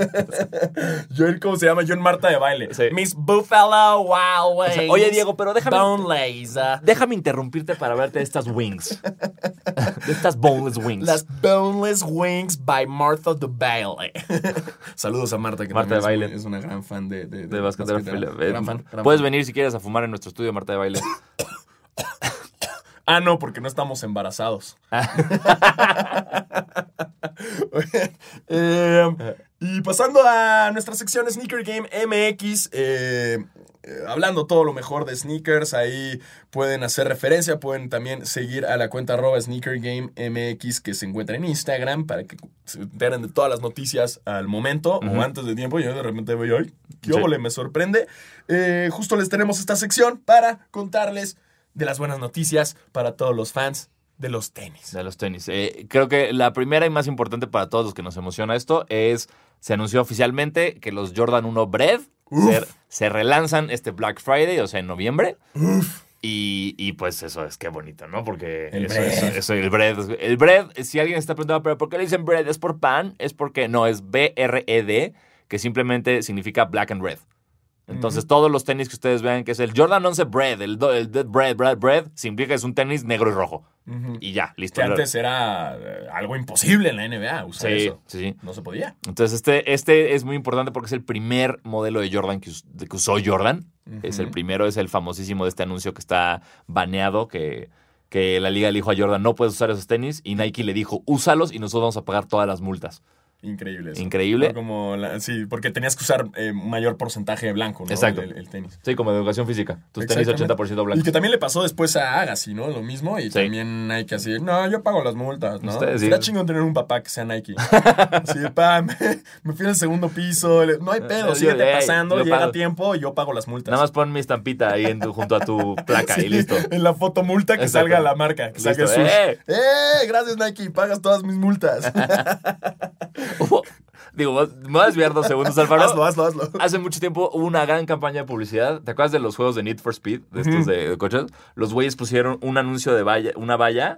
yo, ¿cómo se llama? Yo en Marta de baile. Sí. Mis Buffalo Wild Wings. O sea, oye, Diego, pero déjame- Boneless. ah. Déjame interrumpirte para verte de estas wings. De estas boneless wings. Las Boneless Wings by Martha de Baile. Saludos a Marta, que Marta también de es, Baile. muy- es una gran fan de, de, de basquetera. basquetera. Eh, Gran fan. gran Puedes fan. venir si quieres a fumar en nuestro estudio, Marta de Baile. Ah, no, porque no estamos embarazados. Eh, y pasando a nuestra sección Sneaker Game M X, eh, eh, hablando todo lo mejor de sneakers, ahí pueden hacer referencia, pueden también seguir a la cuenta arroba Sneaker Game M X que se encuentra en Instagram para que se enteren de todas las noticias al momento Ujú. o antes de tiempo. Yo de repente veo, ay, qué Sí. óvole, me sorprende. Eh, justo les tenemos esta sección para contarles de las buenas noticias para todos los fans de los tenis. De los tenis. Eh, creo que la primera y más importante para todos los que nos emociona esto es, se anunció oficialmente que los Jordan uno Bread se, se relanzan este Black Friday, o sea, en noviembre. Y, y pues eso es qué bonito, ¿no? Porque El eso, bread. eso- eso, el bread. El bread, si alguien está preguntando, ¿pero por qué le dicen bread? ¿Es por pan? Es porque no, es B R E D, que simplemente significa black and red. Entonces, todos los tenis que ustedes vean, que es el Jordan once Bread, el, do- el Dead Bread, Bread, Bread, significa que es un tenis negro y rojo. Ujú. Y ya, listo. Que antes era eh, algo imposible en la N B A usar Sí, eso. sí, sí. No se podía. Entonces, este, este es muy importante porque es el primer modelo de Jordan que, us- de que usó Jordan. Es el primero, es el famosísimo de este anuncio que está baneado, que, que la liga le dijo a Jordan, no puedes usar esos tenis, y Nike le dijo, úsalos y nosotros vamos a pagar todas las multas. Increíble eso. Increíble. No, como la- sí, porque tenías que usar eh, mayor porcentaje de blanco, ¿no? Exacto. El, el- el tenis. Sí, como de educación física. Tus tenis Exactamente. ochenta por ciento Y blancos. que también le pasó después a Agassi, ¿no? Lo mismo. Y Sí. también Nike así, no, yo pago las multas, ¿no? Ustedes sí. Será chingón tener un papá que sea Nike. Así, pa, me, me fui al segundo piso. le- No hay pedo, Yo- síguete ey, pasando, yo llega pago. a tiempo y yo pago las multas. Nada más pon mi estampita ahí en tu- junto a tu placa Sí, y listo. En la foto multa que Exacto. salga la marca, que salga Listo. Sush. ¡Eh! ¡Eh! Gracias, Nike, pagas todas mis multas. Hubo- Digo, me voy a desviar dos segundos, Alfaro. hazlo, hazlo, hazlo. Hace mucho tiempo hubo una gran campaña de publicidad. ¿Te acuerdas de los juegos de Need for Speed? De estos Ujú. de, de coches. Los güeyes pusieron un anuncio de valla, una valla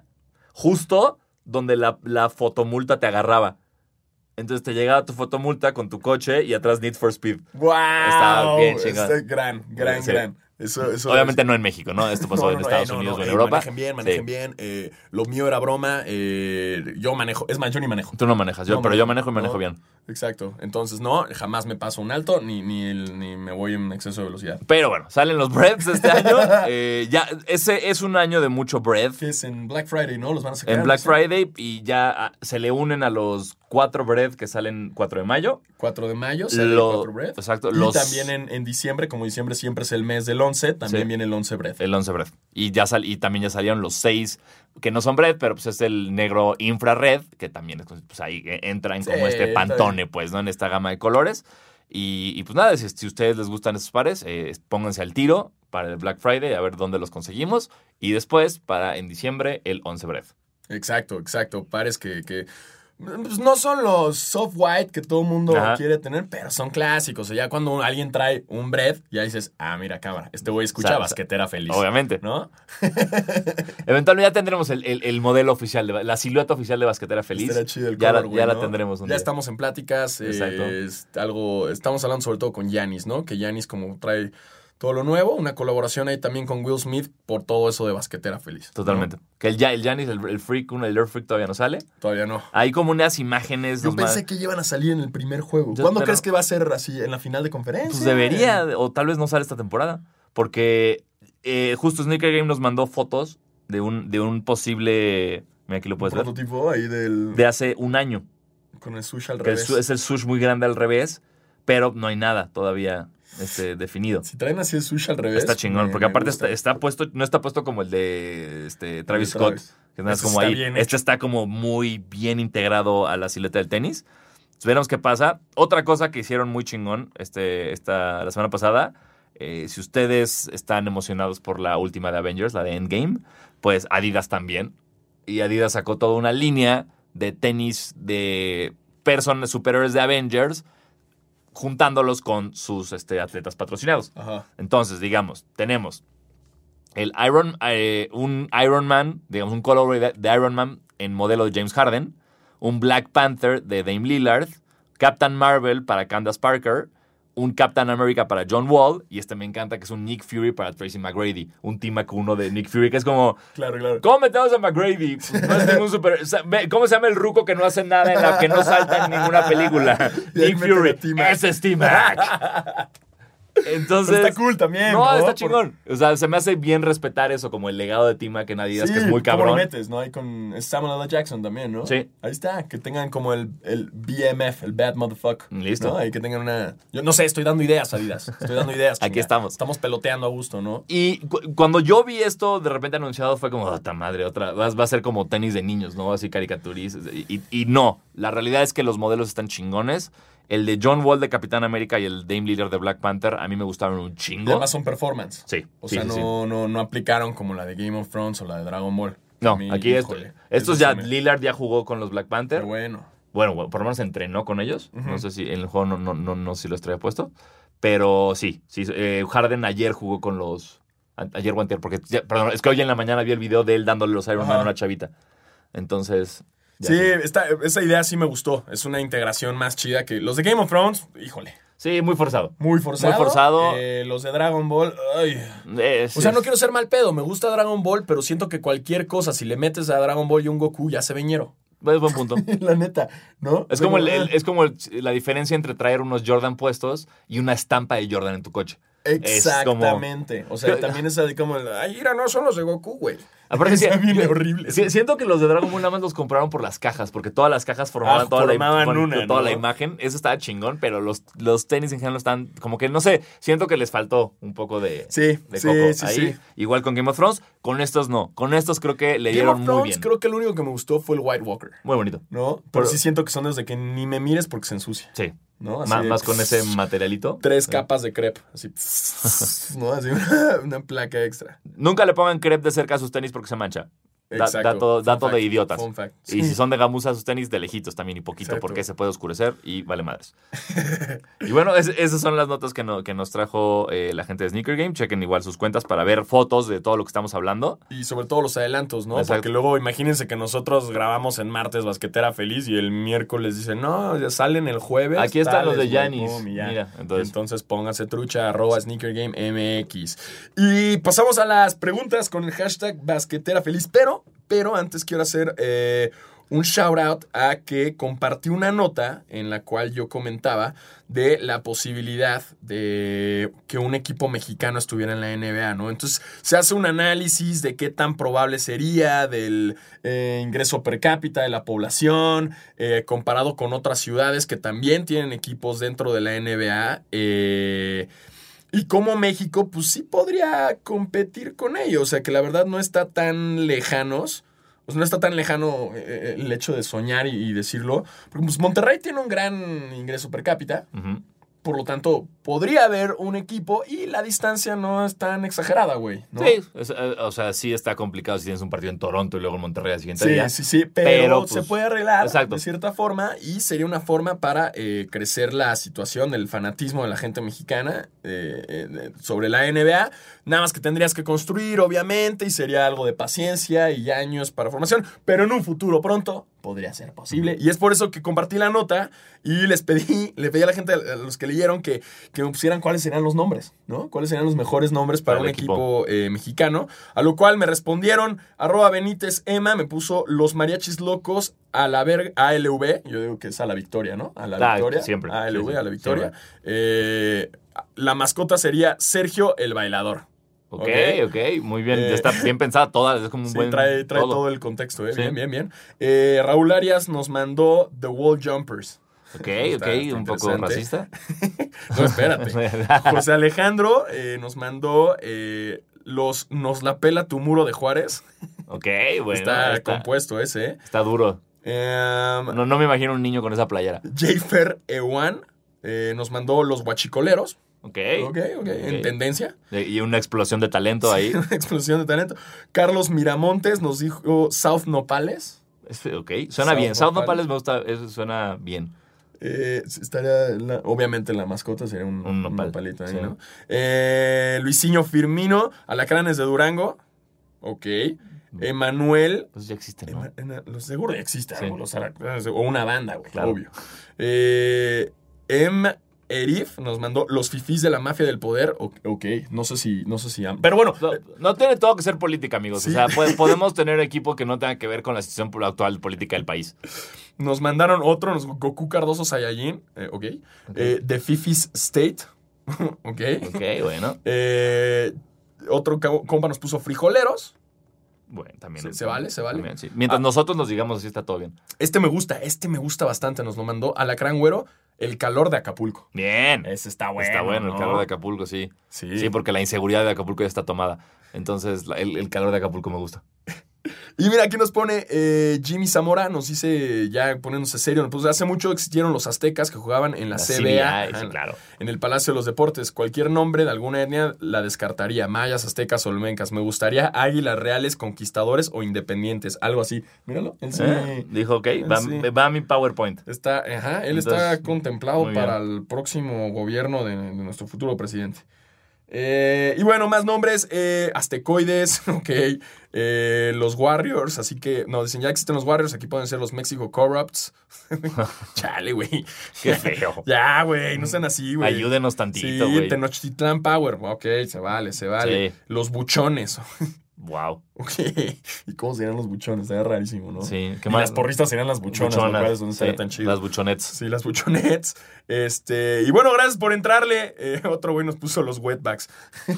justo donde la, la fotomulta te agarraba. Entonces te llegaba tu fotomulta con tu coche y atrás Need for Speed. ¡Wow! Está bien chingón. Está gran, gran, Sí. gran. Eso, eso Obviamente es- no en México, ¿no? Esto pasó No, en no, no, Estados eh, no, Unidos no, o en eh, Europa. Manejen bien, manejen Sí. bien. eh, lo mío era broma. eh, yo manejo. Es más, yo ni manejo. Tú no manejas, yo, No, pero yo manejo y no. manejo bien. Exacto. Entonces, no, jamás me paso un alto ni, ni, el- ni me voy en exceso de velocidad. Pero bueno, salen los breads este año. Eh, ya, ese es un año de mucho bread. Que es en Black Friday, ¿no? Los van a sacar. En Black ¿no? Friday y ya ah, se le unen a los cuatro bread que salen cuatro de mayo. cuatro de mayo, sale Lo- el cuatro Bread. exacto, Y los- también en, en diciembre, como diciembre siempre es el mes del once, también Sí. viene el once Bread. El once bread. Y ya sal, y también ya salieron los seis que no son bread, pero pues es el negro infrared, que también es, pues ahí entran como Sí, este está Pantone, pues, ¿no? En esta gama de colores. Y, y pues nada, si, si a ustedes les gustan esos pares, eh, pónganse al tiro para el Black Friday, a ver dónde los conseguimos. Y después, para en diciembre, el once bread. Exacto, exacto. Pares que, que pues, no son los soft white que todo el mundo Ajá. quiere tener, pero son clásicos. O sea, ya cuando alguien trae un bread, ya dices, ah, mira, cámara, este güey escucha Sa- sa- basquetera feliz. Obviamente. ¿No? Eventualmente ya tendremos el, el- el modelo oficial, de, la silueta oficial de basquetera feliz. Estará chido el ya la, color, güey, ya la ¿no? tendremos un Ya día. estamos en pláticas. eh, Exacto. es algo, estamos hablando sobre todo con Giannis, ¿no? Que Giannis como trae todo lo nuevo, una colaboración ahí también con Will Smith por todo eso de basquetera feliz. ¿no? Totalmente. Que el, Ya- el Giannis, el, el Freak, uno, el Air Freak todavía no sale. Todavía no. Hay como unas imágenes. Yo nos pensé ma- que iban a salir en el primer juego. Yo- ¿Cuándo pero- crees que va a ser así en la final de conferencia? Pues debería, o tal vez no sale esta temporada. Porque eh, justo Sneaker Game nos mandó fotos de un, de un posible. Mira, aquí lo Un puedes ver. prototipo ahí del De hace un año. con el sushi al Que el revés. su- es el sush muy grande al revés, pero no hay nada todavía este, definido. Si traen así el sushi al revés. Está chingón, me- porque me aparte gusta. está, está puesto, no está puesto como el de este, Travis de Scott, Travis. que nada es Ese como está ahí. bien Este hecho. está como muy bien integrado a la silueta del tenis. Entonces, veremos qué pasa. Otra cosa que hicieron muy chingón este, esta, la semana pasada, eh, si ustedes están emocionados por la última de Avengers, la de Endgame, pues Adidas también. Y Adidas sacó toda una línea de tenis de personas superiores de Avengers, juntándolos con sus este, atletas patrocinados. Ajá. Entonces, digamos, tenemos el Iron, eh, un Iron Man, digamos, un colorway de, de Iron Man en modelo de James Harden, un Black Panther de Dame Lillard, Captain Marvel para Candace Parker, un Captain America para John Wall, y este me encanta que es un Nick Fury para Tracy McGrady, un Team uno de Nick Fury, que es como, Claro, claro. ¿cómo metemos a McGrady? Pues no es ningún super... o sea, ve- ¿Cómo se llama el ruco que no hace nada en la que no salta en ninguna película? Y ahí Nick meten a Fury. T-Mac. Ese es T-Mac. Entonces... Pero está cool también. No, No, está Por- chingón. O sea, se me hace bien respetar eso, como el legado de T-Mac en Adidas, Sí, que es muy ¿cómo lo cabrón. metes, no? Ahí con es Samuel L. Jackson también, ¿no? Sí. Ahí está, que tengan como el, el B M F, el Bad Motherfucker. Listo. ¿no? Ahí que tengan una... Yo no sé, estoy dando ideas, Adidas. Estoy dando ideas. Aquí chinga. estamos. Estamos peloteando a gusto, ¿no? Y cu- cuando yo vi esto de repente anunciado fue como, ¡ota madre! Otra, va, va a ser como tenis de niños, ¿no? Así caricaturistas. Y, y- y no, la realidad es que los modelos están chingones. El de John Wall de Capitán América y el Dame Lillard de Black Panther a mí me gustaron un Y chingo. además son performance. Sí, O sí, sea, sí, sí. no, no, no aplicaron como la de Game of Thrones o la de Dragon Ball. No, A mí, aquí esto, híjole, estos eso ya, sí me- Lillard ya jugó con los Black Panther. Pero bueno. Bueno, bueno, por lo menos entrenó con ellos. Ujú. No sé si en el juego no, no, no, no si los traía puesto. Pero sí, sí. eh, Harden ayer jugó con los. a- Ayer o antier, porque. ya- perdón, es que hoy en la mañana vi el video de él dándole los Iron Man Ajá. a una chavita. Entonces. ya Sí, sé. esta- esa idea sí me gustó. Es una integración más chida que los de Game of Thrones. Híjole. Sí, muy forzado. Muy forzado. Muy forzado. Eh, los de Dragon Ball. Ay. Es- O sea, no es- quiero ser mal pedo. Me gusta Dragon Ball, pero siento que cualquier cosa, si le metes a Dragon Ball y un Goku, ya se ve ñero. Es buen punto. La neta, ¿no? Es como, el- Pero, el- es como el- la diferencia entre traer unos Jordan puestos y una estampa de Jordan en tu coche. Exactamente. Es como... O sea, también es de como, ay, mira, no son los de Goku, güey. Aparte, sí, bien yo, horrible. Sí, siento que los de Dragon Ball nada más los compraron por las cajas, porque todas las cajas formaban, ah, toda, formaban la, una, toda ¿no? la imagen. Eso estaba chingón, pero los, los tenis en general están como que, no sé, siento que les faltó un poco de, sí, de sí, coco. Sí, Ahí, sí. Igual con Game of Thrones, con estos no. Con estos creo que le Game dieron of Thrones, muy bien. Creo que el único que me gustó fue el White Walker. Muy bonito. ¿No? Pero, pero sí siento que son desde que ni me mires porque se ensucia. Sí. ¿No? Así Más, de, más con ese materialito. Tres capas de crepe. Así. ¿No? Así una, una placa extra. Nunca le pongan crepe de cerca a sus tenis porque se mancha. Da, Exacto. Dato, dato fact, de idiotas. Sí. Y si son de gamuza sus tenis, de lejitos también y poquito, Exacto. porque se puede oscurecer y vale madres. Y bueno, es, esas son las notas que, no, que nos trajo eh, la gente de Sneaker Game. Chequen igual sus cuentas para ver fotos de todo lo que estamos hablando. Y sobre todo los adelantos, ¿no? Exacto. Porque luego imagínense que nosotros grabamos en martes Basquetera Feliz y el miércoles dicen, no, ya salen el jueves. Aquí están tales, los de Giannis. Pum, y ya. Mira, entonces. entonces pónganse trucha, arroba Sneaker Game M X. Y pasamos a las preguntas con el hashtag Basquetera Feliz, pero... Pero antes quiero hacer eh, un shout out a que compartí una nota en la cual yo comentaba de la posibilidad de que un equipo mexicano estuviera en la N B A, ¿no? Entonces se hace un análisis de qué tan probable sería del eh, ingreso per cápita de la población, eh, comparado con otras ciudades que también tienen equipos dentro de la N B A. Eh... Y como México, pues sí podría competir con ellos. O sea, que la verdad no está tan lejanos. O sea, no está tan lejano eh, el hecho de soñar y, y decirlo. Porque pues, Monterrey tiene un gran ingreso per cápita. Uh-huh. Por lo tanto, podría haber un equipo y la distancia no es tan exagerada, güey, ¿no? Sí, es, o sea, sí está complicado si tienes un partido en Toronto y luego en Monterrey al siguiente sí, día. Sí, sí, pero, pero pues, se puede arreglar exacto. de cierta forma y sería una forma para eh, crecer la situación del fanatismo de la gente mexicana eh, eh, sobre la N B A. Nada más que tendrías que construir, obviamente, y sería algo de paciencia y años para formación, pero en un futuro pronto podría ser posible. Y es por eso que compartí la nota y les pedí, le pedí a la gente, a los que leyeron, que, que me pusieran cuáles serían los nombres, ¿no? Cuáles serían los mejores nombres para, para un equipo, equipo eh, mexicano. A lo cual me respondieron, arroba Benítez Emma, me puso los mariachis locos a la verga, A L V, yo digo que es a la victoria, ¿no? A la ah, victoria. Siempre. A L V, sí, sí, a la victoria. Eh, la mascota sería Sergio el Bailador. Ok, ok, okay. Muy bien. Eh, Está bien pensada toda. Es como un sí, buen. Trae, trae todo. todo el contexto, ¿eh? Sí. Bien, bien, bien. Eh, Raúl Arias nos mandó The Wall Jumpers. Ok, está, ok, está un poco racista. No, espérate. José Alejandro eh, nos mandó eh, los Nos la pela tu muro de Juárez. Ok, bueno. Está, está compuesto ese, ¿eh? Está duro. Um, no, no me imagino un niño con esa playera. Jayfer Ewan eh, nos mandó los guachicoleros. Ok. Ok, ok. En tendencia. Y una explosión de talento ahí. Sí, una explosión de talento. Carlos Miramontes nos dijo South Nopales. Ok, suena South bien. South Nopales me gusta, eso suena bien. Eh, estaría, la, obviamente la mascota sería un, un, nopal. un nopalito ahí, sí. ¿No? Eh, Luisinho Firmino, Alacranes de Durango. Ok. Emanuel. Pues ya existen, ¿no? Ema, los seguro ya existen, sí. Los Alacranes. O una banda, güey, claro. Obvio. Eh, M. Erif nos mandó los fifís de la mafia del poder. Ok, no sé si... No sé si pero bueno... No, no tiene todo que ser política, amigos. ¿Sí? O sea, pues, podemos tener equipo que no tenga que ver con la situación actual política del país. Nos mandaron otro, nos, Goku Cardoso Saiyajin. Eh, ok. okay. Eh, The Fifís State. ok. Ok, bueno. Eh, otro compa nos puso frijoleros. Bueno, también. Se, se vale, se vale. También, sí. Mientras ah, nosotros nos digamos así está todo bien. Este me gusta, este me gusta bastante. Nos lo mandó Alacrán Güero. El calor de Acapulco. Bien. Ese está bueno. Está bueno, ¿no? El calor de Acapulco, sí. Sí. Sí, porque la inseguridad de Acapulco ya está tomada. Entonces, la, el, el calor de Acapulco me gusta. Y mira, aquí nos pone eh, Jimmy Zamora, nos dice, ya poniéndose serio, pues hace mucho existieron los aztecas que jugaban en la, la C B A, ajá, sí, claro. En el Palacio de los Deportes. Cualquier nombre de alguna etnia la descartaría. Mayas, aztecas, olmecas. Me gustaría águilas reales, conquistadores o independientes. Algo así. Míralo. Él sí, ¿Eh? Dijo, ok, va, sí. va a mi PowerPoint. Está, ajá, él Entonces, está contemplado para el próximo gobierno de, de nuestro futuro presidente. Eh, y bueno, más nombres, eh, Aztecoides, ok, eh, los Warriors, así que, no, dicen, ya existen los Warriors, aquí pueden ser los Mexico Corrupts. Chale, güey. Qué feo. Ya, güey, no sean así, güey. Ayúdenos tantito, güey. Sí, Tenochtitlán Power, ok, se vale, se vale. Sí. Los Buchones. Wow. Ok. ¿Y cómo serían los buchones? Sería rarísimo, ¿no? Sí. ¿Qué más? Las porristas serían las buchonas, buchonas, lo cual es donde sí, sería tan chido. Las buchonets. Sí, las buchonets. Este, y bueno, gracias por entrarle. Eh, otro güey nos puso los wetbacks.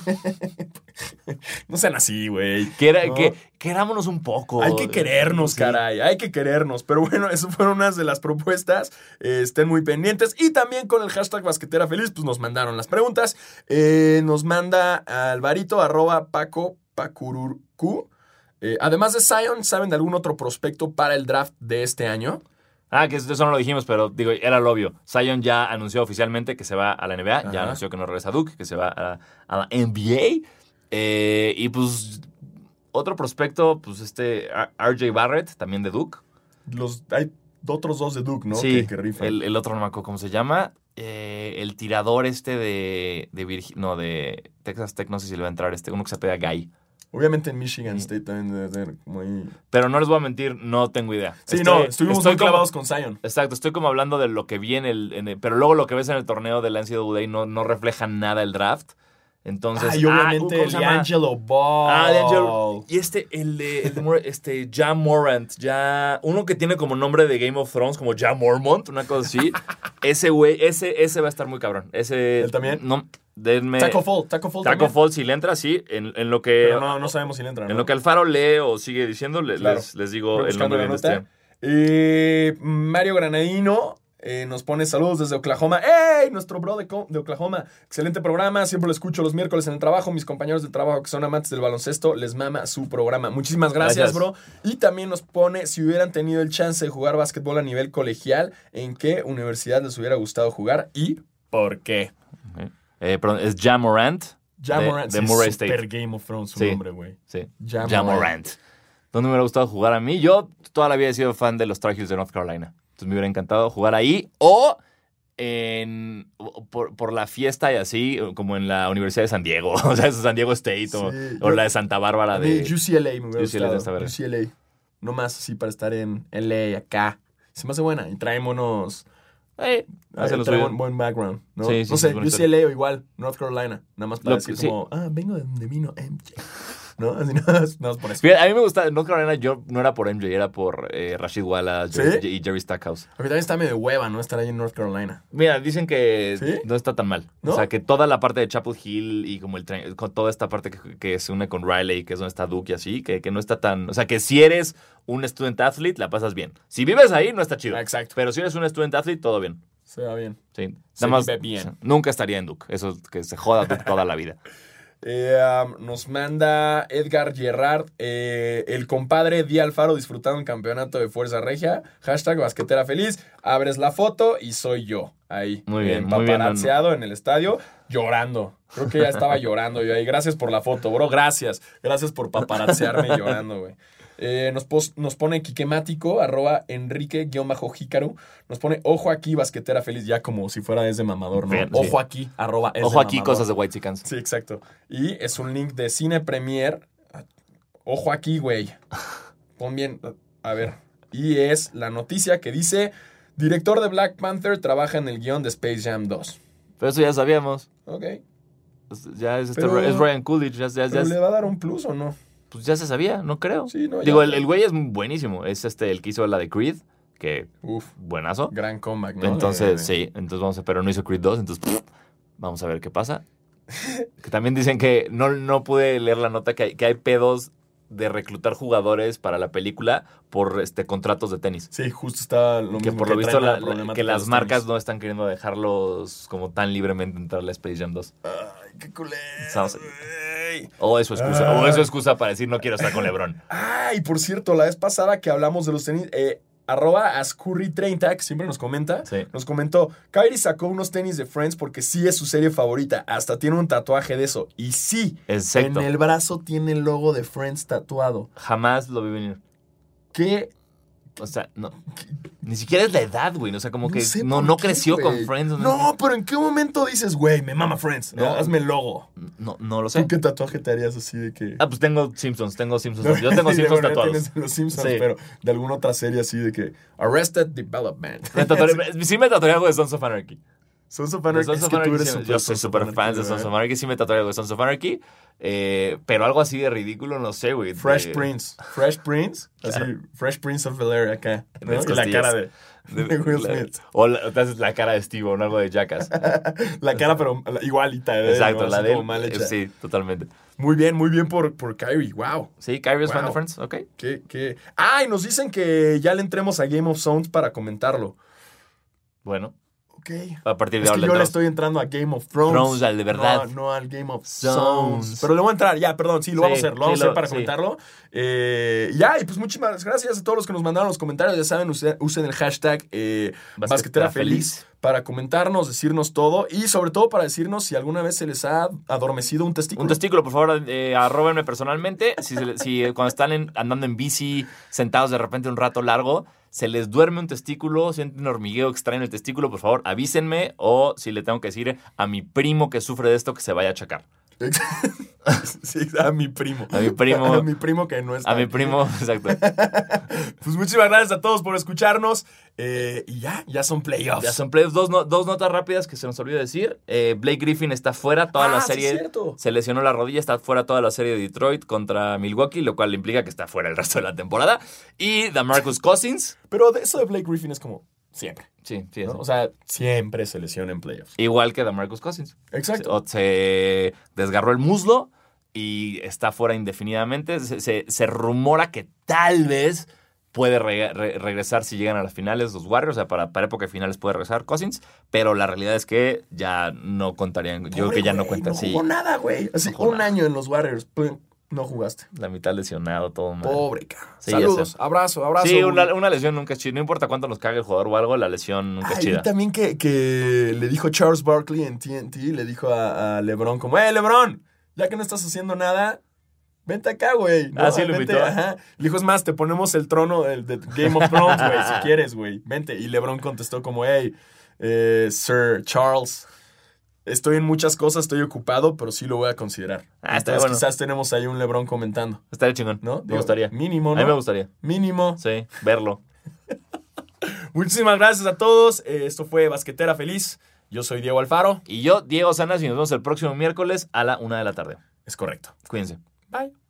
No sean así, güey. Que, ¿no? que, querámonos un poco. Hay que querernos, Sí. caray. Hay que querernos. Pero bueno, esas fueron unas de las propuestas. Eh, estén muy pendientes. Y también con el hashtag basquetera feliz, pues nos mandaron las preguntas. Eh, nos manda Alvarito, arroba Paco Pacururcu. Eh, además de Zion, ¿saben de algún otro prospecto para el draft de este año? Ah, que eso no lo dijimos, pero digo, era lo obvio. Zion ya anunció oficialmente que se va a la N B A, Ajá. ya anunció que no regresa a Duke, que se va a, a la N B A. Eh, y pues, otro prospecto, pues este R J Barrett, también de Duke. Los, hay otros dos de Duke, ¿no? Sí, que, que rifan. el, el otro no me acuerdo cómo se llama. Eh, el tirador este de, de Virgi- no, de Texas Tech, no sé si le va a entrar este, uno que se apela Guy. Obviamente en Michigan Sí. State también debe ser muy... Pero no les voy a mentir, no tengo idea. Sí, Estoy- no, estuvimos estoy muy como- clavados con Zion. Exacto, estoy como hablando de lo que vi en el, en el- Pero luego lo que ves en el torneo de la N C double A no, no refleja nada el draft. Entonces... Ay, obviamente ¿cómo el se llama? D'Angelo Ball. Ah, D'Angelo. Y este, el de, el de Mor- este, Ja Morant, ya... Uno que tiene como nombre de Game of Thrones, como Ja Mormont, una cosa así. Ese güey, ese, ese va a estar muy cabrón. Ese... ¿Él también? No, denme... Taco Fall, Taco Fall Taco también. Fall, si le entra, sí. En, en lo que... Pero no, no sabemos si le entra, ¿no? En lo que Alfaro lee o sigue diciendo, le- Claro. les, les digo Voy el buscando nombre la bien de nota. este. Eh, Mario Granadino eh, nos pone saludos desde Oklahoma. ¡Ey! Nuestro bro de, Co- de Oklahoma. Excelente programa. Siempre lo escucho los miércoles en el trabajo. Mis compañeros de trabajo que son amantes del baloncesto les mama su programa. Muchísimas gracias, Gracias. bro. Y también nos pone si hubieran tenido el chance de jugar básquetbol a nivel colegial, ¿en qué universidad les hubiera gustado jugar y por qué? Eh, perdón, es Ja Morant. Ja de- Morant, de sí, Murray super State. Game of Thrones su Sí. nombre, güey. Sí. Ja Ja Morant. Morant. ¿Dónde me hubiera gustado jugar a mí? Yo toda la vida he sido fan de los Tar Heels de North Carolina. Entonces me hubiera encantado jugar ahí o en, o por, por la fiesta y así, como en la Universidad de San Diego. O sea, San Diego State o, Sí, o yo- la de Santa Bárbara A mí de... U C L A me hubiera U C L A de esta gustado. verga. U C L A. No más así para estar en L A acá. Se me hace buena. Y traémonos... Eh, hace lo trae suyo. buen, buen background, ¿no? Sí, sí, no sí, sé, es bonito. U C L A o igual, North Carolina. Nada más para Lo- decir sí. como, ah, vengo de donde vino M J. ¿No? Así nada más, nada más por eso. Fíjate, a mí me gusta, North Carolina yo no era por M J, era por eh, Rashid Wallace ¿Sí? Jerry- y Jerry Stackhouse. A mí también está medio hueva, ¿no? Estar ahí en North Carolina. Mira, dicen que ¿Sí? no está tan mal. ¿No? O sea, que toda la parte de Chapel Hill y como el tren- con toda esta parte que, que se une con Riley, que es donde está Duke y así, que, que no está tan... O sea, que si eres un student athlete, la pasas bien. Si vives ahí, no está chido. Ah, exacto. Pero si eres un student athlete, todo bien. Se va bien. Sí. Se Nada más, vive bien. o sea, nunca estaría en Duke. Eso, que se joda Duke toda la vida. Eh, um, nos manda Edgar Gerrard, eh, el compadre Di Alfaro disfrutando un campeonato de Fuerza Regia. Hashtag basquetera feliz. Abres la foto y soy yo. Ahí. Muy bien, eh, muy bien, paparazziado en el estadio, llorando. Creo que ya estaba llorando yo ahí. Gracias por la foto, bro. Gracias. Gracias por paparazziarme llorando, güey. Eh, nos, pos- nos pone Quiquemático, arroba Enrique-Jícaro. Nos pone ojo aquí, basquetera feliz. Ya como si fuera es de mamador, ¿no? Bien, Ojo sí. aquí, arroba es Ojo de aquí, mamador. cosas de White Chickens. Sí, exacto. Y es un link de Cine Premier. Ojo aquí, güey. Pon bien. A ver. Y es la noticia que dice: director de Black Panther trabaja en el guión de Space Jam dos. Pero eso ya sabíamos. Ok. Pues ya es, este- Pero- es Ryan Coolidge. Ya, ya- ya ¿Pero es- le va a dar un plus o no? pues ya se sabía, no creo. Sí, no, ya. Digo, el, el güey es buenísimo. Es este el que hizo la de Creed, que Uf, buenazo. gran comeback, ¿no? Entonces, De- de- sí, entonces vamos a, pero no hizo Creed dos, entonces pff, vamos a ver qué pasa. Que también dicen que no, no pude leer la nota que hay, que hay pedos de reclutar jugadores para la película por este contratos de tenis. Sí, justo está lo Que mismo por lo que visto traen la- la la- problemática que de las los marcas tenis. no están queriendo dejarlos como tan libremente entrar a la Space Jam dos. Ay, qué culero, Vamos a- güey. O es su excusa, Ah. o es su excusa para decir no quiero estar con LeBron. Ah, y por cierto, la vez pasada que hablamos de los tenis, eh, arroba Ascurry treinta, que siempre nos comenta, Sí. nos comentó, Kyrie sacó unos tenis de Friends porque sí es su serie favorita, hasta tiene un tatuaje de eso. Y sí, Exacto. en el brazo tiene el logo de Friends tatuado. Jamás lo vi venir. ¿Qué? O sea, no. Ni siquiera es la edad, güey. O sea, como que sé no, por no qué, creció güey. con Friends. No, pero ¿en qué momento dices, güey, me mama Friends? ¿no? No. Hazme el logo. No, no lo sé. ¿Tú qué tatuaje te harías así de que...? Ah, pues tengo Simpsons, tengo Simpsons. Yo tengo Sí, Simpsons bueno, ya tatuados. tienes los Simpsons, Sí. pero de alguna otra serie así de que... Arrested Development. Me tatuaría- sí me tatuaría algo de Sons of Anarchy. Sons of De Anarchy. Sons Es of que tú Anarchy, eres sí, super yo soy Sons of súper Anarchy, fan de güey. Sons of Anarchy. Sí me tatuaría de Sons of Anarchy. Eh, pero algo así de ridículo, no sé, güey. Fresh de- Prince. Fresh Prince. Así, Fresh Prince of Bel-Air acá. ¿no? las Y la costillas. cara de, de- de Will la- Smith. O la, te haces la cara de Steve o algo de Jackass. La cara, pero igualita. de él, Exacto, ¿no? la Así de como él. mal eh, hecha. Sí, totalmente. Muy bien, muy bien por, por Kyrie. Wow. Sí, Kyrie es fan de Wow. Friends, ok. ¿Qué, qué? Ah, y nos dicen que ya le entremos a Game of Thrones para comentarlo. Bueno, Ok. a partir de Es ahora que le yo le entramos. estoy entrando a Game of Thrones. Thrones, al de verdad. No, no al Game of Zones. Thrones. Pero le voy a entrar, ya, perdón, sí, lo Sí, vamos a hacer. Lo sí, vamos a lo- hacer para sí. comentarlo. Eh, ya, y pues muchísimas gracias a todos los que nos mandaron los comentarios. Ya saben, usen, usen el hashtag eh, Basquetera Basquetera Feliz. Feliz para comentarnos, decirnos todo. Y sobre todo para decirnos si alguna vez se les ha adormecido un testículo. Un testículo, por favor, eh, arróbenme personalmente. Si, se le- si eh, cuando están en- andando en bici, sentados de repente un rato largo, se les duerme un testículo, sienten un hormigueo extraño en el testículo, por favor, avísenme. O si le tengo que decir a mi primo que sufre de esto, que se vaya a checar. Sí, a mi primo. A mi primo. A mi primo que no está A mi aquí. primo, exacto. Pues muchísimas gracias a todos por escucharnos. Eh, y ya, ya son playoffs. Ya son playoffs. Dos, no- dos notas rápidas que se nos olvidó decir. Eh, Blake Griffin está fuera toda Ah, la sí, serie. es cierto. Se lesionó la rodilla, está fuera toda la serie de Detroit contra Milwaukee, lo cual implica que está fuera el resto de la temporada. Y DeMarcus Cousins. Pero de eso de Blake Griffin es como siempre. Sí, sí, ¿no? sí. O sea, siempre se lesiona en playoffs. Igual que DeMarcus Cousins. Exacto. O se desgarró el muslo y está fuera indefinidamente. Se, se- se rumora que tal vez puede re- re- regresar si llegan a las finales los Warriors. O sea, para, para época de finales puede regresar Cousins. Pero la realidad es que ya no contarían. Yo creo Pobre que ya no güey, cuentan. No Sí, jugó nada, güey. Así, No jugó un nada. año en los Warriors. pum, No jugaste. la mitad lesionado, todo mal. Pobre, cabrón. Sí, ya Saludos. sé. Abrazo, abrazo. Sí, güey. una, una lesión nunca es chida. No importa cuánto nos cague el jugador o algo, la lesión nunca es Ay, vi chida. también que, que le dijo Charles Barkley en T N T, le dijo a, a LeBron como, ¡eh, LeBron! Ya que no estás haciendo nada, vente acá, güey. ¿no? Ah, sí, lo Vente, invitó. ajá. Le dijo, es más, te ponemos el trono el de Game of Thrones, güey, si quieres, güey. Vente. Y LeBron contestó como, hey, eh, Sir Charles, estoy en muchas cosas, estoy ocupado, pero sí lo voy a considerar. Ah, está Entonces bueno. quizás tenemos ahí un LeBron comentando, Estaría chingón. ¿no? Me Digo, gustaría. Mínimo, A ¿no? mí me gustaría. Mínimo. Sí, verlo. Muchísimas gracias a todos. Eh, esto fue Basquetera Feliz. Yo soy Diego Alfaro. Y yo, Diego Sanas, y nos vemos el próximo miércoles a la una de la tarde. Es correcto. Cuídense. Bye.